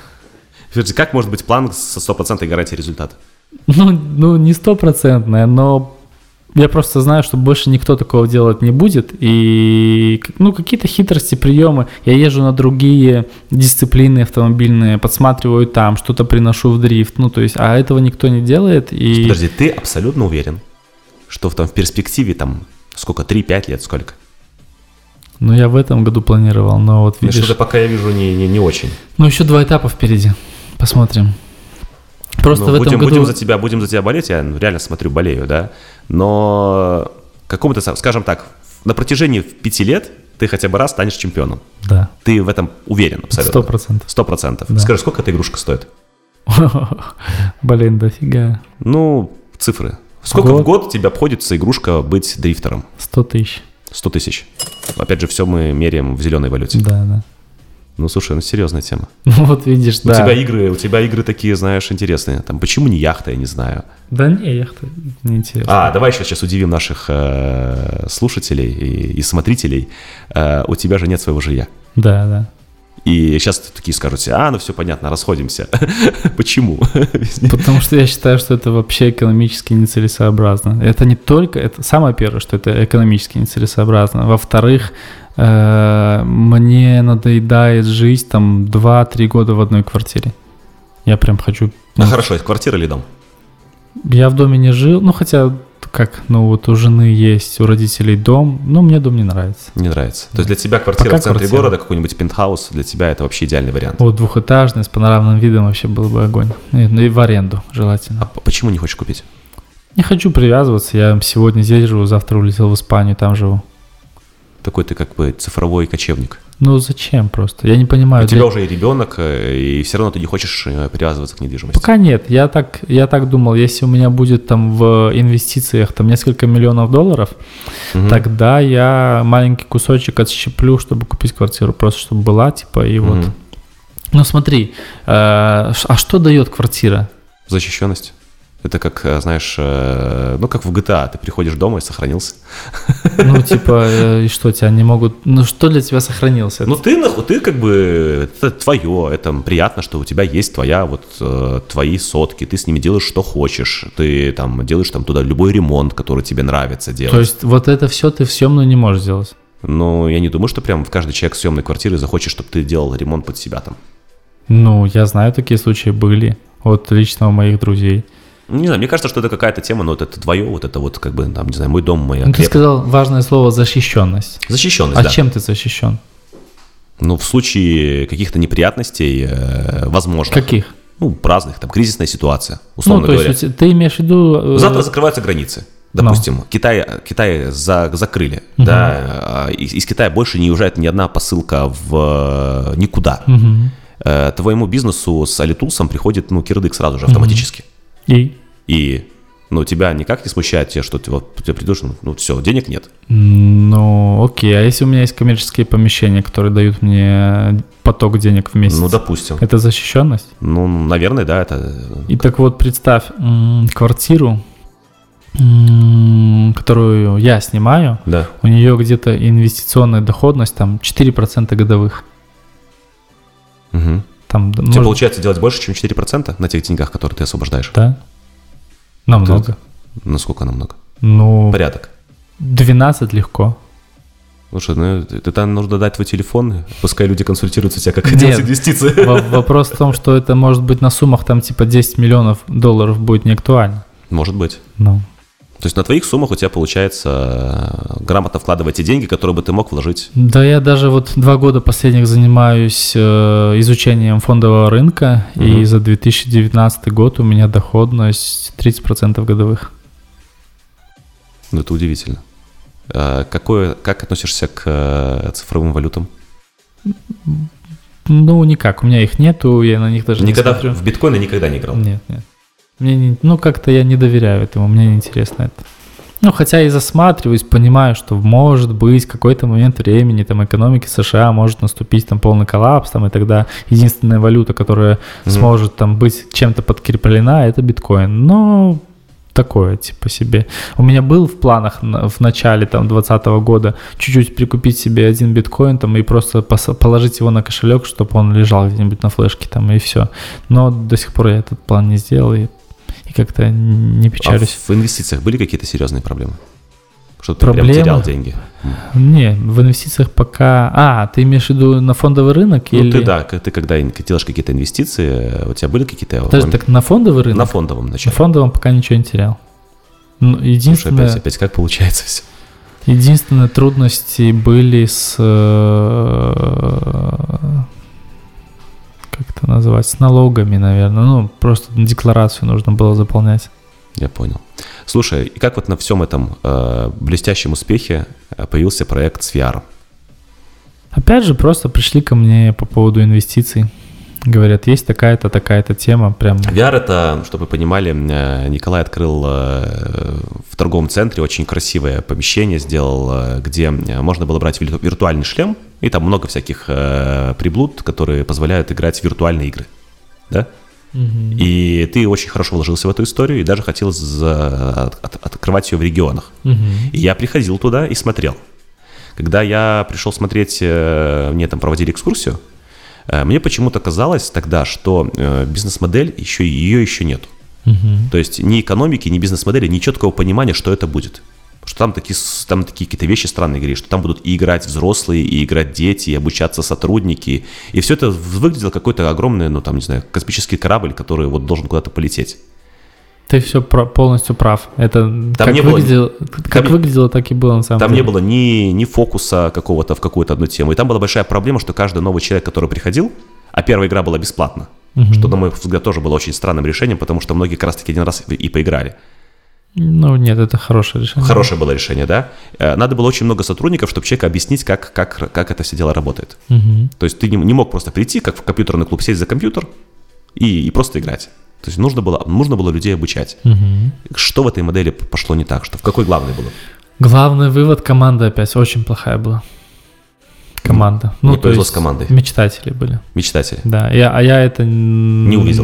Как может быть план со стопроцентной гарантией результата? Ну, ну не стопроцентная, но я просто знаю, что больше никто такого делать не будет. И ну, какие-то хитрости, приемы. Я езжу на другие дисциплины автомобильные, подсматриваю там, что-то приношу в дрифт. Ну, то есть, а этого никто не делает. И... Подожди, ты абсолютно уверен, что в, там, в перспективе там сколько, три-пять лет, сколько? Ну, я в этом году планировал, но вот видишь... Что-то пока я вижу не, не, не очень. Ну, еще два этапа впереди. Посмотрим. Просто ну, в этом будем, году... будем за тебя, будем за тебя болеть, я реально смотрю, болею, да. Но какому-то, скажем так, на протяжении пяти лет ты хотя бы раз станешь чемпионом. Да. Ты в этом уверен абсолютно? Сто процентов. Сто процентов. Да. Скажи, сколько эта игрушка стоит? Блин, дофига. Ну, цифры. Сколько год? в год тебе обходится игрушка быть дрифтером? Сто тысяч. Сто тысяч. Опять же, все мы меряем в зеленой валюте. Да, да. Ну, слушай, ну серьезная тема. Ну, вот видишь, у да. Тебя игры, у тебя игры такие, знаешь, интересные. Там, почему не яхта, я не знаю. Да не, яхта не интересно. А, давай сейчас, сейчас удивим наших э, слушателей и, и смотрителей. Э, у тебя же нет своего жилья. Да, да. И сейчас такие скажут себе, а, ну все понятно, расходимся. Почему? Потому что я считаю, что это вообще экономически нецелесообразно. Это не только, это самое первое, что это экономически нецелесообразно. Во-вторых, э, мне надоедает жить там два-три года в одной квартире. Я прям хочу... Ну, а хорошо, это квартира или дом? Я в доме не жил, ну хотя... Как, ну вот у жены есть, у родителей дом, но мне дом не нравится. Не нравится. То есть для тебя квартира Пока в центре квартира. города, какой-нибудь пентхаус, для тебя это вообще идеальный вариант. Вот двухэтажный, с панорамным видом вообще был бы огонь. И, ну и в аренду желательно. А почему не хочешь купить? Не хочу привязываться, я сегодня здесь живу, завтра улетел в Испанию, там живу. Такой ты как бы цифровой кочевник. Ну зачем просто? Я не понимаю. У для... тебя уже и ребенок, и все равно ты не хочешь привязываться к недвижимости. Пока нет. Я так, я так думал, если у меня будет там в инвестициях там несколько миллионов долларов, угу. тогда я маленький кусочек отщеплю, чтобы купить квартиру, просто чтобы была, типа, и угу. вот. Ну смотри, э, а что дает квартира? Защищенность. Это как, знаешь, ну как в джи ти эй, ты приходишь дома и сохранился. Ну типа, и что, тебя не могут... Ну что для тебя сохранился? Ну ты, ты как бы, это твое, это приятно, что у тебя есть твоя, вот, твои сотки, ты с ними делаешь, что хочешь, ты там делаешь там туда любой ремонт, который тебе нравится делать. То есть вот это все ты в съемную не можешь сделать? Ну, я не думаю, что прям в каждый человек съемной квартиры захочет, чтобы ты делал ремонт под себя там. Ну, я знаю, такие случаи были, вот лично у моих друзей. Не знаю, мне кажется, что это какая-то тема, но вот это твое, вот это вот, как бы, там, не знаю, мой дом, моя ну, ты сказал важное слово защищенность. Защищенность, а да. А чем ты защищен? Ну, в случае каких-то неприятностей, э, возможно. Каких? Ну, разных, там, кризисная ситуация, условно ну, то говоря. есть ты имеешь в виду... Э... Завтра закрываются границы. Допустим, no. Китай, Китай за, закрыли, uh-huh. да, из, из Китая больше не уезжает ни одна посылка в никуда. Uh-huh. Твоему бизнесу с Алитулсом приходит, ну, кирдык сразу же, автоматически. Uh-huh. И? И, ну, тебя никак не смущает те, что ты вот ты придешь, ну, все, денег нет. Ну, окей, а если у меня есть коммерческие помещения, которые дают мне поток денег в месяц? Ну, допустим. Это защищенность? Ну, наверное, да, это... И так вот, представь, м- квартиру, м- которую я снимаю, да. у нее где-то инвестиционная доходность там четыре процента годовых. Угу. Там, Тебе может... получается делать больше, чем четыре процента на тех деньгах, которые ты освобождаешь? Да. Намного. Ты, Насколько она много? Ну, Порядок. двенадцать легко. Слушай, ну это там нужно дать твой телефон, пускай люди консультируются тебя, как делать инвестиции. В- вопрос в том, что это может быть на суммах там типа десять миллионов долларов будет не актуально. Может быть. Ну. То есть на твоих суммах у тебя получается грамотно вкладывать те деньги, которые бы ты мог вложить. Да, я даже вот два года последних занимаюсь э, изучением фондового рынка, Мгм. и за две тысячи девятнадцатый год у меня доходность тридцать процентов годовых. Ну, это удивительно. А какое, как относишься к э, цифровым валютам? Ну, никак, у меня их нету, я на них даже Никогда не смотрю. в биткоины никогда не играл? Нет, нет. Мне не, ну, как-то я не доверяю этому, мне неинтересно это. Ну, хотя и засматриваюсь, понимаю, что может быть в какой-то момент времени там экономики США может наступить там полный коллапс, там, и тогда единственная валюта, которая Мгм. сможет там быть чем-то подкреплена, это биткоин. Но такое, типа себе. У меня был в планах на- в начале там двадцатого года чуть-чуть прикупить себе один биткоин там и просто пос- положить его на кошелек, чтобы он лежал где-нибудь на флешке там и все. Но до сих пор я этот план не сделал и, и как-то не А печалюсь. в инвестициях были какие-то серьезные проблемы? Что ты прям Проблемы? терял деньги? Не, в инвестициях пока... А, ты имеешь в виду на фондовый рынок? Ну, или... ты, да, к- ты когда ин- делаешь какие-то инвестиции, у тебя были какие-то... Подожди, так на фондовый рынок? На фондовом На начале. фондовом пока ничего не терял. Ну, Слушай, единственное... опять, опять как получается все? Единственные трудности были с... э, Как это называть? С налогами, наверное. Ну, просто декларацию нужно было заполнять. Я понял. Слушай, и как вот на всем этом э, блестящем успехе э, появился проект с ви ар? Опять же, просто пришли ко мне по поводу инвестиций. Говорят, есть такая-то, такая-то тема. Прям... ви ар это, чтобы вы понимали, э, Николай открыл э, в торговом центре очень красивое помещение, сделал, э, где можно было брать вирту- виртуальный шлем, и там много всяких э, приблуд, которые позволяют играть в виртуальные игры. Да? Мгм. И ты очень хорошо вложился в эту историю и даже хотел за- от- от- открывать ее в регионах. Мгм. И я приходил туда и смотрел. Когда я пришел смотреть, э, мне там проводили экскурсию, э, мне почему-то казалось тогда, что э, бизнес-модель, еще, ее еще нет. Мгм. То есть ни экономики, ни бизнес-модели, ни четкого понимания, что это будет. Что там такие, с- там такие какие-то вещи странные говорили, что там будут и играть взрослые, и играть дети, и обучаться сотрудники. И все это выглядело какой-то огромный, ну там, не знаю, космический корабль, который вот должен куда-то полететь. Ты все полностью прав. Это как, не было- выглядело, как там- выглядело, так и было на самом Там деле. не было ни, ни фокуса какого-то в какую-то одну тему. И там была большая проблема, что каждый новый человек, который приходил, а первая игра была бесплатна, Мгм. что, на мой взгляд, тоже было очень странным решением, потому что многие как раз-таки один раз и и поиграли. Ну, нет, это хорошее решение. Хорошее было решение, да? Э, Надо было очень много сотрудников, чтобы человеку объяснить, как, как, как это все дело работает. Мгм. То есть ты не, не мог просто прийти, как в компьютерный клуб, сесть за компьютер и, и просто играть. То есть нужно было, нужно было людей обучать. Мгм. Что в этой модели пошло не так? Что, в какой главный было? Главный вывод: команда опять очень плохая была. Команда. Не Ну, то повезло есть с командой. мечтатели были. Мечтатели. Да, я, а я это... Не увидел.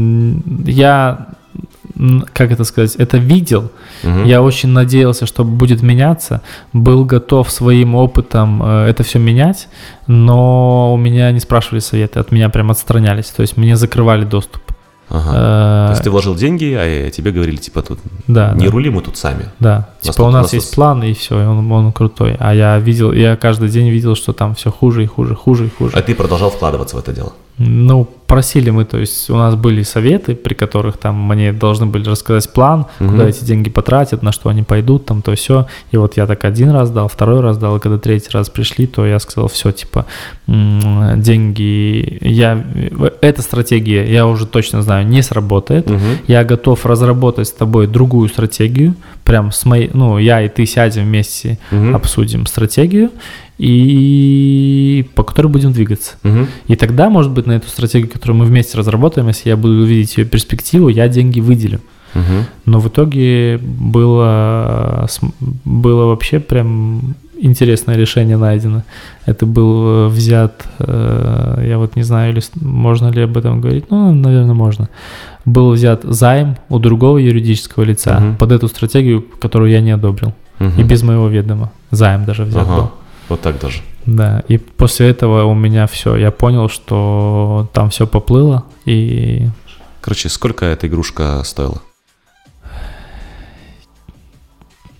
Я, м, как это сказать, это видел. Мгм. Я очень надеялся, что будет меняться. Был готов своим опытом э, это все менять, но у меня не спрашивали советы, от меня прям отстранялись. То есть мне закрывали доступ. Ага. Э, То есть ты вложил деньги, а тебе говорили, типа, тут да, не да. рули мы тут сами. Да, типа Настолько- у нас настолько- есть план, и все, и он, он крутой. А я видел, я каждый день видел, что там все хуже и хуже, хуже и хуже. А ты продолжал вкладываться в это дело. Ну, просили мы, то есть у нас были советы, при которых там мне должны были рассказать план, Мгм. куда эти деньги потратят, на что они пойдут, там то все. И вот я так один раз дал, второй раз дал, и когда третий раз пришли, то я сказал, все, типа, м, деньги, я, эта стратегия, я уже точно знаю, не сработает. Мгм. Я готов разработать с тобой другую стратегию, прям с моей, ну, я и ты сядем вместе, Мгм. обсудим стратегию, и по которой будем двигаться. Мгм. И тогда, может быть, на эту стратегию, которую мы вместе разработаем, если я буду видеть ее перспективу, я деньги выделю. Мгм. Но в итоге было, см- было вообще прям интересное решение найдено. Это был э, взят, э, я вот не знаю, или с- можно ли об этом говорить, ну, наверное, можно. Был взят займ у другого юридического лица Мгм. под эту стратегию, которую я не одобрил. Мгм. И без моего ведома. Займ даже взят Ага. был. Вот так даже. Да, и после этого у меня все, я понял, что там все поплыло, и Короче, сколько эта игрушка стоила?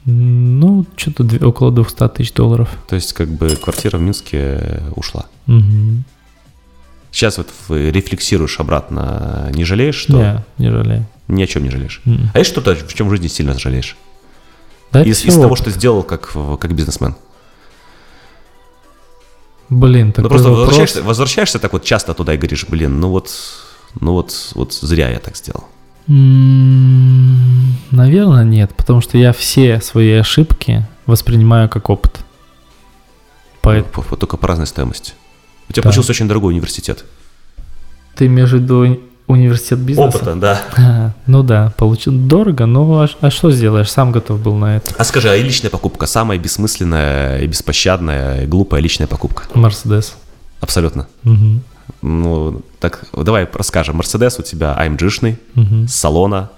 Ну, что-то две, около двести тысяч долларов. То есть, как бы, квартира в Минске ушла. Угу. Сейчас вот рефлексируешь обратно, не жалеешь, что? Не, не жалею. Ни о чем не жалеешь. Mm. А есть что-то, в чем в жизни сильно жалеешь? Да из, из того, что сделал как, как бизнесмен? Блин, такой ну, просто вопрос. Возвращаешься, возвращаешься так вот часто туда и говоришь, блин, ну вот, ну вот, вот зря я так сделал. Mm, наверное, нет, потому что я все свои ошибки воспринимаю как опыт. Поэтому... Ну, только по разной стоимости. У тебя да. получился очень дорогой университет. Ты имеешь в виду университет бизнеса? Опыта, да. А, ну да, получил дорого, но а, а что сделаешь? Сам готов был на это. А скажи, а и личная покупка? Самая бессмысленная и беспощадная, и глупая личная покупка? Мерседес. Абсолютно. Угу. Ну, так, давай расскажем. Мерседес у тебя эй эм джи-шный, угу. с салона,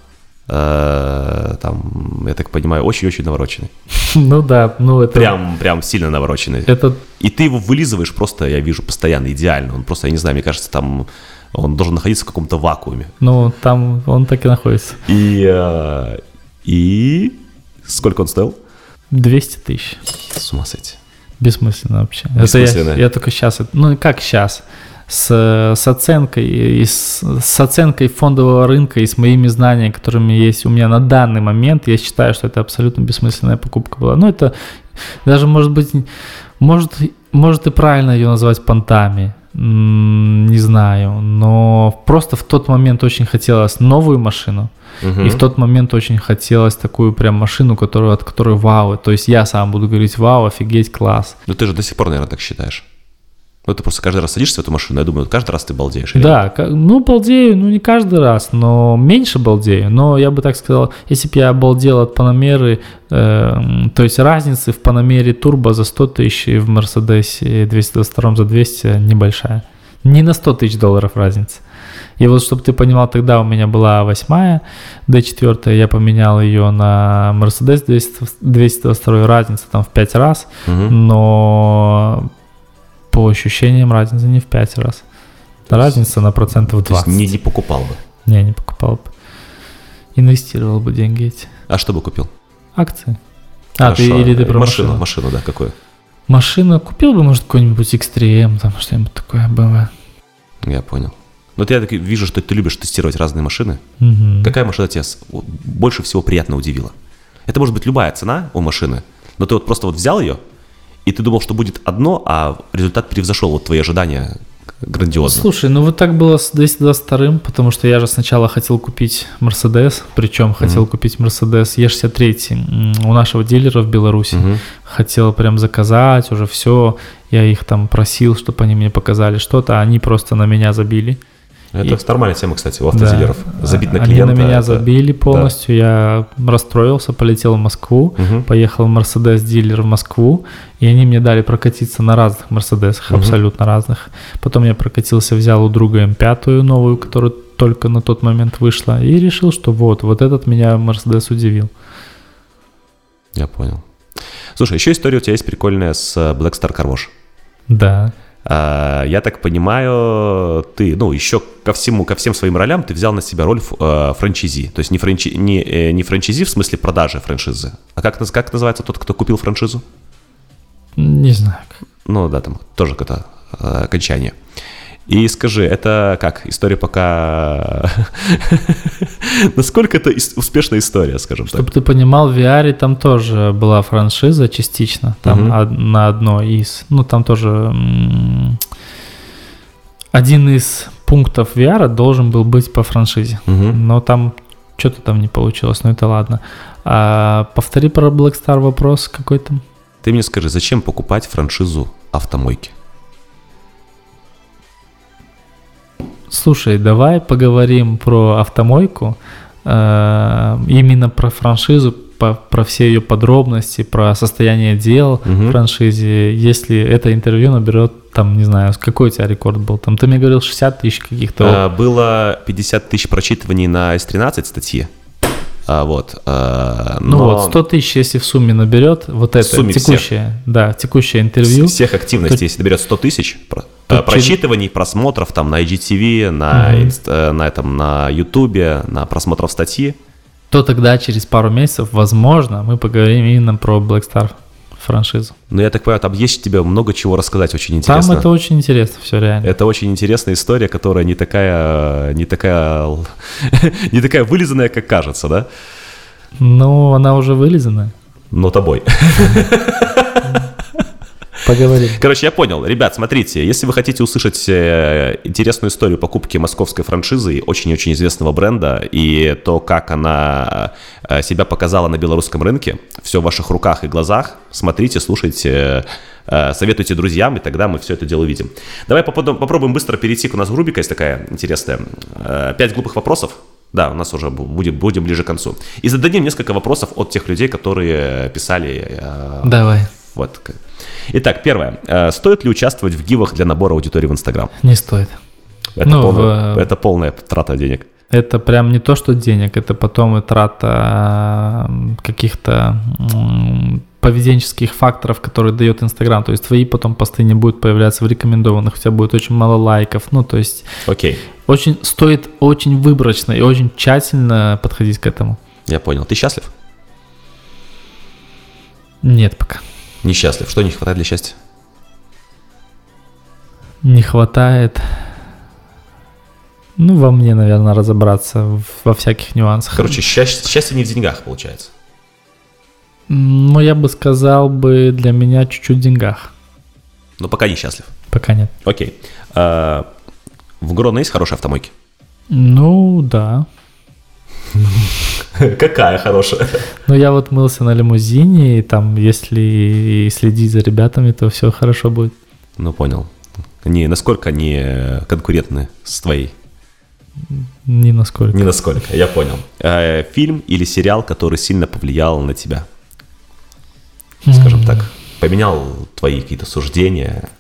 э, там, я так понимаю, очень-очень навороченный. Ну да, ну это... Прям, прям сильно навороченный. Это... И ты его вылизываешь просто, я вижу, постоянно, идеально. Он просто, я не знаю, мне кажется, там он должен находиться в каком-то вакууме. Ну, там он так и находится. И, э, и сколько он стоил? двести тысяч. С ума сойти. Бессмысленно вообще. Бессмысленно. Это я, я только сейчас, ну как сейчас, с, с оценкой, и с, с оценкой фондового рынка и с моими знаниями, которыми есть у меня на данный момент, я считаю, что это абсолютно бессмысленная покупка была. Ну это даже может быть, может, может и правильно ее назвать понтами, не знаю, но просто в тот момент очень хотелось новую машину. Uh-huh. И в тот момент очень хотелось такую прям машину, которую, от которой вау. То есть я сам буду говорить вау, офигеть, класс. Ну ты же до сих пор, наверное, так считаешь. Ну ты просто каждый раз садишься в эту машину, я думаю, каждый раз ты балдеешь. Да, к- ну балдею, ну не каждый раз, но меньше балдею. Но я бы так сказал, если бы я балдел от Панамеры, э, то есть разницы в Панамере Турбо за сто тысяч и в Мерседесе двести двадцать два за двести небольшая. Не на сто тысяч долларов разница. И вот, чтобы ты понимал, тогда у меня была восьмая, ди четыре, я поменял ее на Mercedes двести двадцать два, разница там в пять раз, угу. Но по ощущениям разница не в пять раз. Разница на процентов двадцать. То есть не, не покупал бы? Не, не покупал бы. Инвестировал бы деньги эти. А что бы купил? Акции. Хорошо. А, ты, или ты про машину? машину? Машину, да, какую? Машину купил бы, может, какой-нибудь икс три эм, там что-нибудь такое было. Я понял. Вот я так вижу, что ты любишь тестировать разные машины. Угу. Какая машина тебя больше всего приятно удивила? Это может быть любая цена у машины, но ты вот просто вот взял ее, и ты думал, что будет одно, а результат превзошел вот твои ожидания грандиозно. Слушай, ну вот так было с двести двадцать два, потому что я же сначала хотел купить Mercedes, причем хотел mm-hmm. купить Mercedes и шестьдесят три у нашего дилера в Беларуси. Mm-hmm. Хотел прям заказать уже все, я их там просил, чтобы они мне показали что-то, а они просто на меня забили. Это и... нормальная тема, кстати, у автодилеров. Да. Забить на клиента. Они на меня это... забили полностью, да. Я расстроился, полетел в Москву, угу. Поехал в Mercedes-дилер в Москву, и они мне дали прокатиться на разных Мерседесах, угу. Абсолютно разных. Потом я прокатился, взял у друга эм пять новую, которая только на тот момент вышла, и решил, что вот, вот этот меня Мерседес удивил. Я понял. Слушай, еще история у тебя есть прикольная с Black Star Car Wash. Да. Я так понимаю, ты, ну, еще ко всему, ко всем своим ролям ты взял на себя роль франчайзи. То есть не, франчи, не, не франчайзи в смысле продажи франшизы. А как, как называется тот, кто купил франшизу? Не знаю. Ну да, там тоже какое-то окончание. И скажи, это как? История пока... Насколько это успешная история, скажем так? Чтобы ты понимал, в ви ар там тоже была франшиза частично, там uh-huh. од- на одной из... Ну, там тоже... М- один из пунктов ви ар должен был быть по франшизе, uh-huh. но там что-то там не получилось, но это ладно. А, повтори про Black Star вопрос какой-то. Ты мне скажи, зачем покупать франшизу автомойки? Слушай, давай поговорим про автомойку, э, именно про франшизу, по, про все ее подробности, про состояние дел угу. в франшизе. Если это интервью наберет, там, не знаю, какой у тебя рекорд был? Там ты мне говорил шестьдесят тысяч каких-то. А, было пятьдесят тысяч прочитываний на эс тринадцать статьи. А, вот, а, ну но... вот, сто тысяч, если в сумме наберет, вот это текущее, всех. Да, текущее интервью. Всех активностей, то... если наберет сто тысяч то прочитываний, через... просмотров там на ай джи ти ви, на, угу. инст... на, этом, на YouTube, на просмотров статьи, то тогда через пару месяцев, возможно, мы поговорим именно про Black Star франшизу. Ну, я так понимаю, там есть тебе много чего рассказать, очень интересно. Там это очень интересно все реально. Это очень интересная история, которая не такая, не такая, не такая вылизанная, как кажется, да? Ну, она уже вылизанная. Но тобой. Поговорим. Короче, я понял. Ребят, смотрите, если вы хотите услышать интересную историю покупки московской франшизы очень-очень известного бренда и то, как она себя показала на белорусском рынке, все в ваших руках и глазах, смотрите, слушайте, советуйте друзьям, и тогда мы все это дело увидим. Давай попробуем быстро перейти, к у нас рубрика есть такая интересная. Пять глупых вопросов. Да, у нас уже будем, будем ближе к концу. И зададим несколько вопросов от тех людей, которые писали. Давай. Вот. Итак, первое. Стоит ли участвовать в гивах для набора аудитории в Инстаграм? Не стоит. Это, ну, полная, в... это полная трата денег. Это прям не то, что денег, это потом и трата каких-то поведенческих факторов, которые дает Инстаграм. То есть твои потом посты не будут появляться в рекомендованных, у тебя будет очень мало лайков. Ну, то есть Окей. Очень, стоит очень выборочно и очень тщательно подходить к этому. Я понял. Ты счастлив? Нет пока. Несчастлив. Что не хватает для счастья? Не хватает... Ну, во мне, наверное, разобраться в, во всяких нюансах. Короче, счастье, счастье не в деньгах, получается. Ну, я бы сказал бы для меня чуть-чуть в деньгах. Но пока не счастлив. Пока нет. Окей. А, в Гродно есть хорошие автомойки? Ну, да. Какая хорошая? Ну, я вот мылся на лимузине, и там, если следить за ребятами, то все хорошо будет. Ну, понял. Они, насколько они конкурентны с твоей? Ни насколько. Ни насколько, я понял. Э, фильм или сериал, который сильно повлиял на тебя? Скажем mm. так, поменял твои какие-то суждения?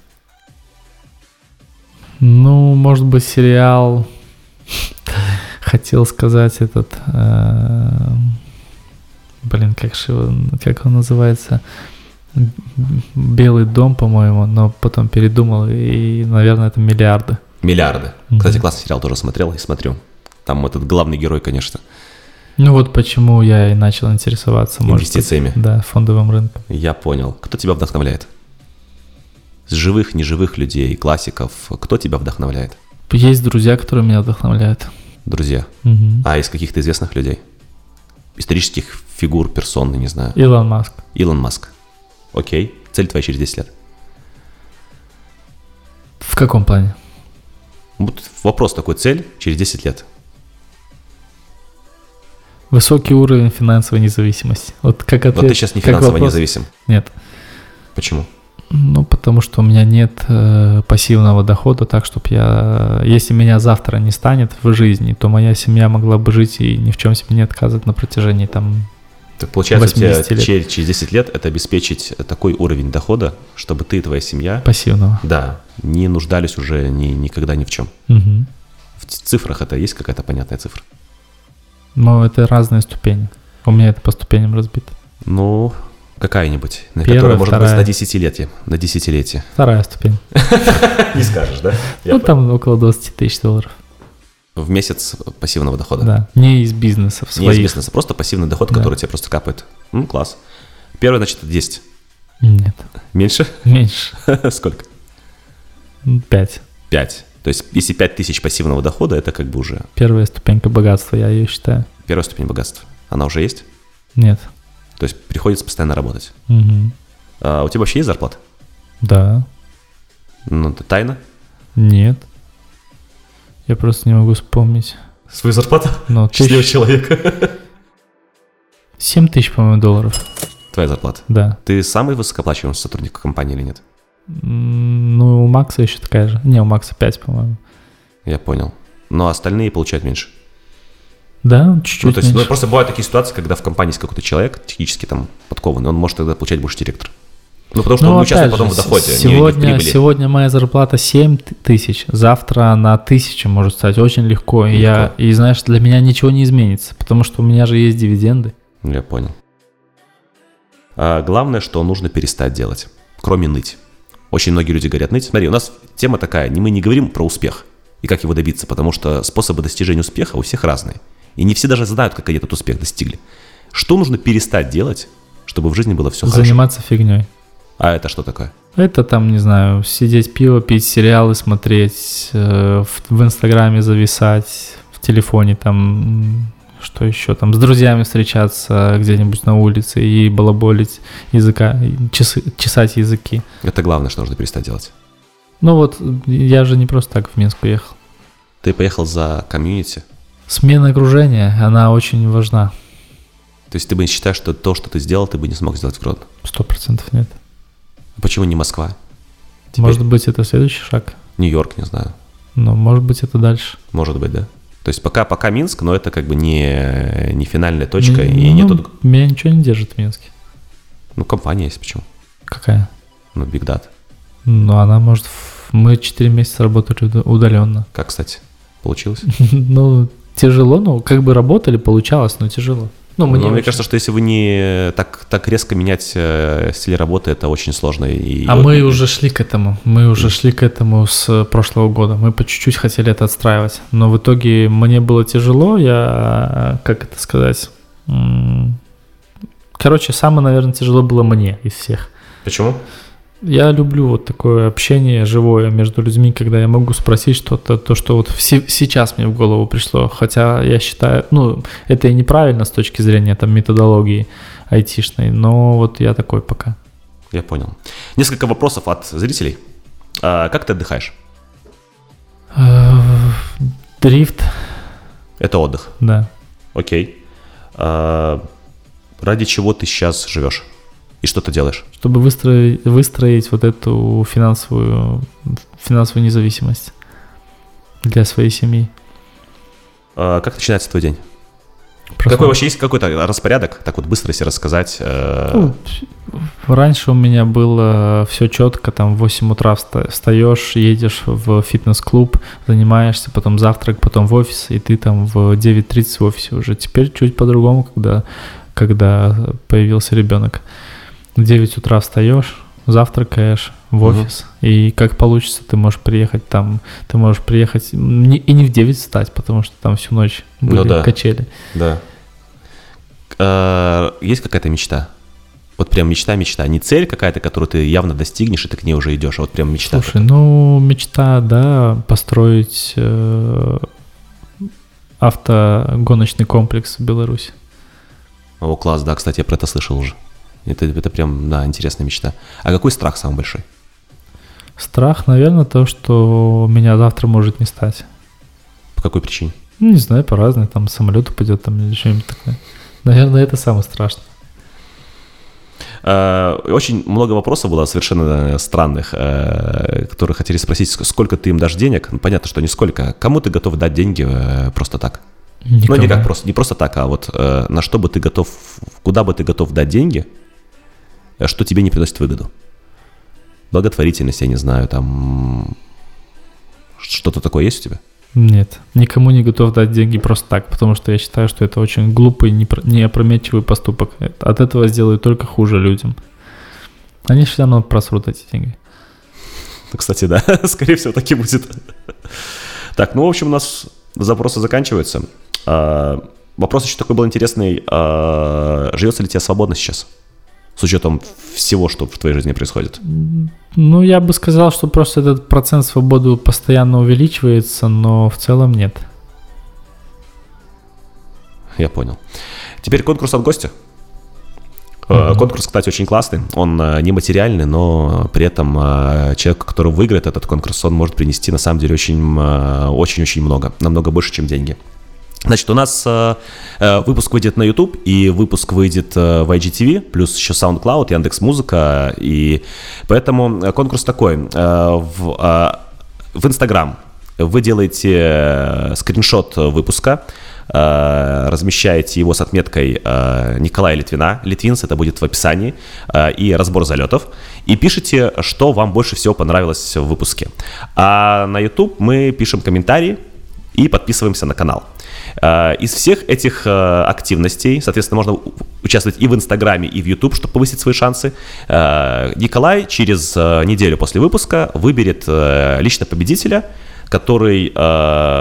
Ну, может быть, сериал... Хотел сказать этот... Э... Блин, как же его... Как он называется? «Белый дом», по-моему, но потом передумал, и, наверное, это «Миллиарды». «Миллиарды». Mm-hmm. Кстати, классный сериал, тоже смотрел и смотрю. Там этот главный герой, конечно. Ну вот почему я и начал интересоваться. Инвестициями. Может, да, фондовым рынком. Я понял. Кто тебя вдохновляет? С живых, неживых людей, классиков. Кто тебя вдохновляет? Есть друзья, которые меня вдохновляют. Друзья? Mm-hmm. А из каких-то известных людей? Исторических фигур, персон, не знаю. Илон Маск. Илон Маск. Окей. Цель твоя через десять лет? В каком плане? Вот вопрос такой, цель через десять лет. Высокий уровень финансовой независимости. Вот как ответ. Но ты сейчас не финансово вопрос... независим. Нет. Почему? Ну, потому что у меня нет э, пассивного дохода, так, чтобы я... Если меня завтра не станет в жизни, то моя семья могла бы жить и ни в чем себе не отказывать на протяжении там Так получается, у тебя лет. через десять лет это обеспечить такой уровень дохода, чтобы ты и твоя семья... Пассивного. Да, не нуждались уже ни, никогда ни в чем. Угу. В цифрах это есть какая-то понятная цифра? Ну, это разные ступени. У меня это по ступеням разбито. Ну, какая-нибудь, на Первая, которая может вторая. быть на десятилетие. На десятилетие. Вторая ступень. Не скажешь, да? Ну, там около двадцать тысяч долларов. В месяц пассивного дохода? Да, не из бизнесов своих. Не из бизнеса, просто пассивный доход, который тебе просто капает. Ну, класс. Первый, значит, десять. Нет. Меньше? Меньше. Сколько? пять. пять. То есть, если пять тысяч пассивного дохода, это как бы уже... Первая ступенька богатства, я ее считаю. Первая ступень богатства. Она уже есть? Нет. То есть, приходится постоянно работать. Угу. А у тебя вообще есть зарплата? Да. Ну, это тайна? Нет. Я просто не могу вспомнить. Свою зарплату? Но Счастливый тысяч... человек. семь тысяч, по-моему, долларов. Твоя зарплата? Да. Ты самый высокооплачиваемый сотрудник компании или нет? Ну, у Макса еще такая же. Не, у Макса пять, по-моему. Я понял. Но остальные получают меньше. Да, чуть-чуть Ну, то есть, меньше. ну, просто бывают такие ситуации, когда в компании есть какой-то человек, технически там подкованный, он может тогда получать больше директора. Ну, потому что ну, он участвует же, потом в доходе, сегодня, не, не в прибыли. Сегодня моя зарплата семь тысяч, завтра она тысяча может стать очень легко. легко. И, я, и знаешь, для меня ничего не изменится, потому что у меня же есть дивиденды. Я понял. А главное, что нужно перестать делать, кроме ныть. Очень многие люди говорят ныть. Смотри, у нас тема такая, мы не говорим про успех и как его добиться, потому что способы достижения успеха у всех разные. И не все даже знают, как они этот успех достигли. Что нужно перестать делать, чтобы в жизни было все хорошо? Заниматься фигней. А это что такое? Это там, не знаю, сидеть пиво пить, сериалы смотреть, э, в, в Инстаграме зависать, в телефоне там, что еще там, с друзьями встречаться где-нибудь на улице и балаболить языка, чес, чесать языки. Это главное, что нужно перестать делать. Ну вот, я же не просто так в Минск уехал. Ты поехал за комьюнити? Смена окружения, она очень важна. То есть ты бы не считаешь, что то, что ты сделал, ты бы не смог сделать в Гродно? Сто процентов нет. Почему не Москва? Теперь может быть, это следующий шаг. Нью-Йорк, не знаю. Но может быть, это дальше. Может быть, да. То есть пока, пока Минск, но это как бы не, не финальная точка. Ну, и не тот... Меня ничего не держит в Минске. Ну, компания есть, почему? Какая? Ну, Big Data. Ну, она может... Мы четыре месяца работали удаленно. Как, кстати, получилось? Ну, тяжело, ну, как бы работали, получалось, но тяжело. Ну, мне, но мне очень... кажется, что если вы не так, так резко менять э, стиль работы, это очень сложно. И... А мы уже шли к этому. Мы уже шли к этому с прошлого года. Мы по чуть-чуть хотели это отстраивать. Но в итоге мне было тяжело. Я, как это сказать... Короче, самое, наверное, тяжело было мне из всех. Почему? Я люблю вот такое общение живое между людьми, когда я могу спросить что-то, то, что вот сейчас мне в голову пришло. Хотя я считаю, ну, это и неправильно с точки зрения там методологии айтишной, но вот я такой пока. Я понял. Несколько вопросов от зрителей. А, как ты отдыхаешь? Дрифт. Это отдых? Да. Окей. А, ради чего ты сейчас живешь? И что ты делаешь? Чтобы выстроить, выстроить вот эту финансовую, финансовую независимость для своей семьи. А как начинается твой день? Просто... Какой вообще есть какой-то распорядок? Так вот быстро если рассказать. Ну, раньше у меня было все четко, там в восемь утра встаешь, едешь в фитнес-клуб, занимаешься, потом завтрак, потом в офис, и ты там в девять тридцать в офисе уже. Теперь чуть по-другому, когда, когда появился ребенок. В девять утра встаешь, завтракаешь в офис, угу. И как получится, ты можешь приехать там, ты можешь приехать не, и не в девять встать, потому что там всю ночь были ну, да. качели. Да. А, есть какая-то мечта? Вот прям мечта-мечта, не цель какая-то, которую ты явно достигнешь, и ты к ней уже идешь, а вот прям мечта. Слушай, ну мечта, да, построить э, автогоночный комплекс в Беларуси. О, класс, да, кстати, я про это слышал уже. Это, это прям, да, интересная мечта. А какой страх самый большой? Страх, наверное, то, что меня завтра может не стать. По какой причине? Ну, не знаю, по-разному. Там самолет упадет там или что-нибудь такое. Наверное, это самое страшное. Очень много вопросов было совершенно странных, которые хотели спросить, сколько ты им дашь денег. Ну, понятно, что не сколько. Кому ты готов дать деньги просто так? Никому. Ну, не как просто, не просто так, а вот на что бы ты готов, куда бы ты готов дать деньги, что тебе не приносит выгоду. Благотворительность, я не знаю, там что-то такое есть у тебя? Нет, никому не готов дать деньги просто так, потому что я считаю, что это очень глупый, неопрометчивый поступок. От этого сделают только хуже людям. Они все равно просрут эти деньги. Кстати, да, скорее всего, так и будет. Так, ну, в общем, у нас запросы заканчиваются. Вопрос еще такой был интересный. Живется ли тебе свободно сейчас? С учетом всего, что в твоей жизни происходит? Ну, я бы сказал, что просто этот процент свободы постоянно увеличивается, но в целом нет. Я понял. Теперь конкурс от гостя. Mm-hmm. Конкурс, кстати, очень классный. Он нематериальный, но при этом человек, который выиграет этот конкурс, он может принести на самом деле очень-очень много. Намного больше, чем деньги. Значит, у нас э, выпуск выйдет на YouTube, и выпуск выйдет э, в ай джи ти ви, плюс еще SoundCloud, Яндекс.Музыка, и поэтому конкурс такой. Э, в, э, в Instagram вы делаете скриншот выпуска, э, размещаете его с отметкой э, Николая Литвина, Литвинс, это будет в описании, э, и разбор залетов, и пишите, что вам больше всего понравилось в выпуске. А на YouTube мы пишем комментарии и подписываемся на канал. Из всех этих активностей, соответственно, можно участвовать и в Инстаграме, и в YouTube, чтобы повысить свои шансы. Николай через неделю после выпуска выберет лично победителя, который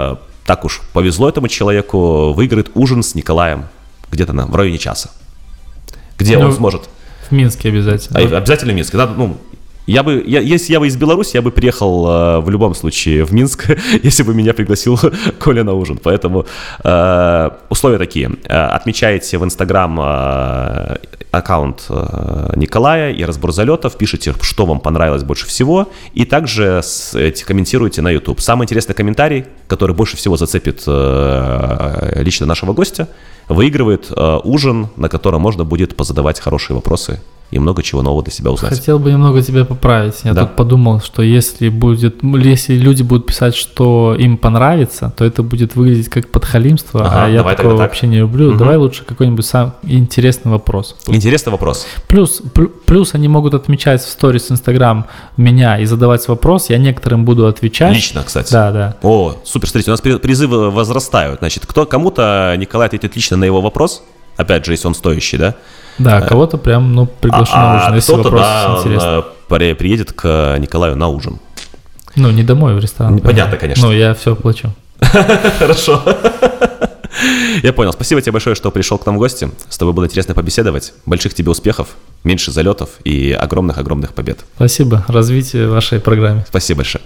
так уж повезло этому человеку, выиграет ужин с Николаем где-то на, в районе часа. Где ну, он сможет... В Минске обязательно. А, обязательно в Минске. Да, ну, я бы, я, если я бы из Беларуси, я бы приехал э, в любом случае в Минск, если бы меня пригласил Коля на ужин. Поэтому э, условия такие. Отмечаете в Инстаграм э, аккаунт э, Николая и разбор залетов, пишите, что вам понравилось больше всего, и также с, эти, комментируйте на YouTube. Самый интересный комментарий, который больше всего зацепит э, лично нашего гостя, выигрывает э, ужин, на котором можно будет позадавать хорошие вопросы и много чего нового для себя узнать. Хотел бы немного тебя поправить. Я да? тут подумал, что если будет, если люди будут писать, что им понравится, то это будет выглядеть как подхалимство, ага, а я такого вообще не люблю. Угу. Давай лучше какой-нибудь сам интересный вопрос. Интересный вопрос. Плюс, плюс они могут отмечать в сторис Инстаграм меня и задавать вопрос. Я некоторым буду отвечать. Лично, кстати. Да, да. О, супер, смотрите, у нас призывы возрастают. Значит, кто, кому-то Николай ответит лично на его вопрос. Опять же, если он стоящий, да? Да, кого-то прям, ну, приглашу а, на ужин, если кто-то, вопрос да, интересный. Он приедет к Николаю на ужин. Ну, не домой, в ресторан. Понятно, конечно. Ну, я все оплачу. Хорошо. Я понял. Спасибо тебе большое, что пришел к нам в гости. С тобой было интересно побеседовать. Больших тебе успехов, меньше залетов и огромных-огромных побед. Спасибо. Развитие вашей программы. Спасибо большое.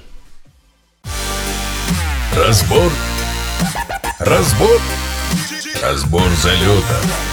Разбор. Разбор. Разбор залетов.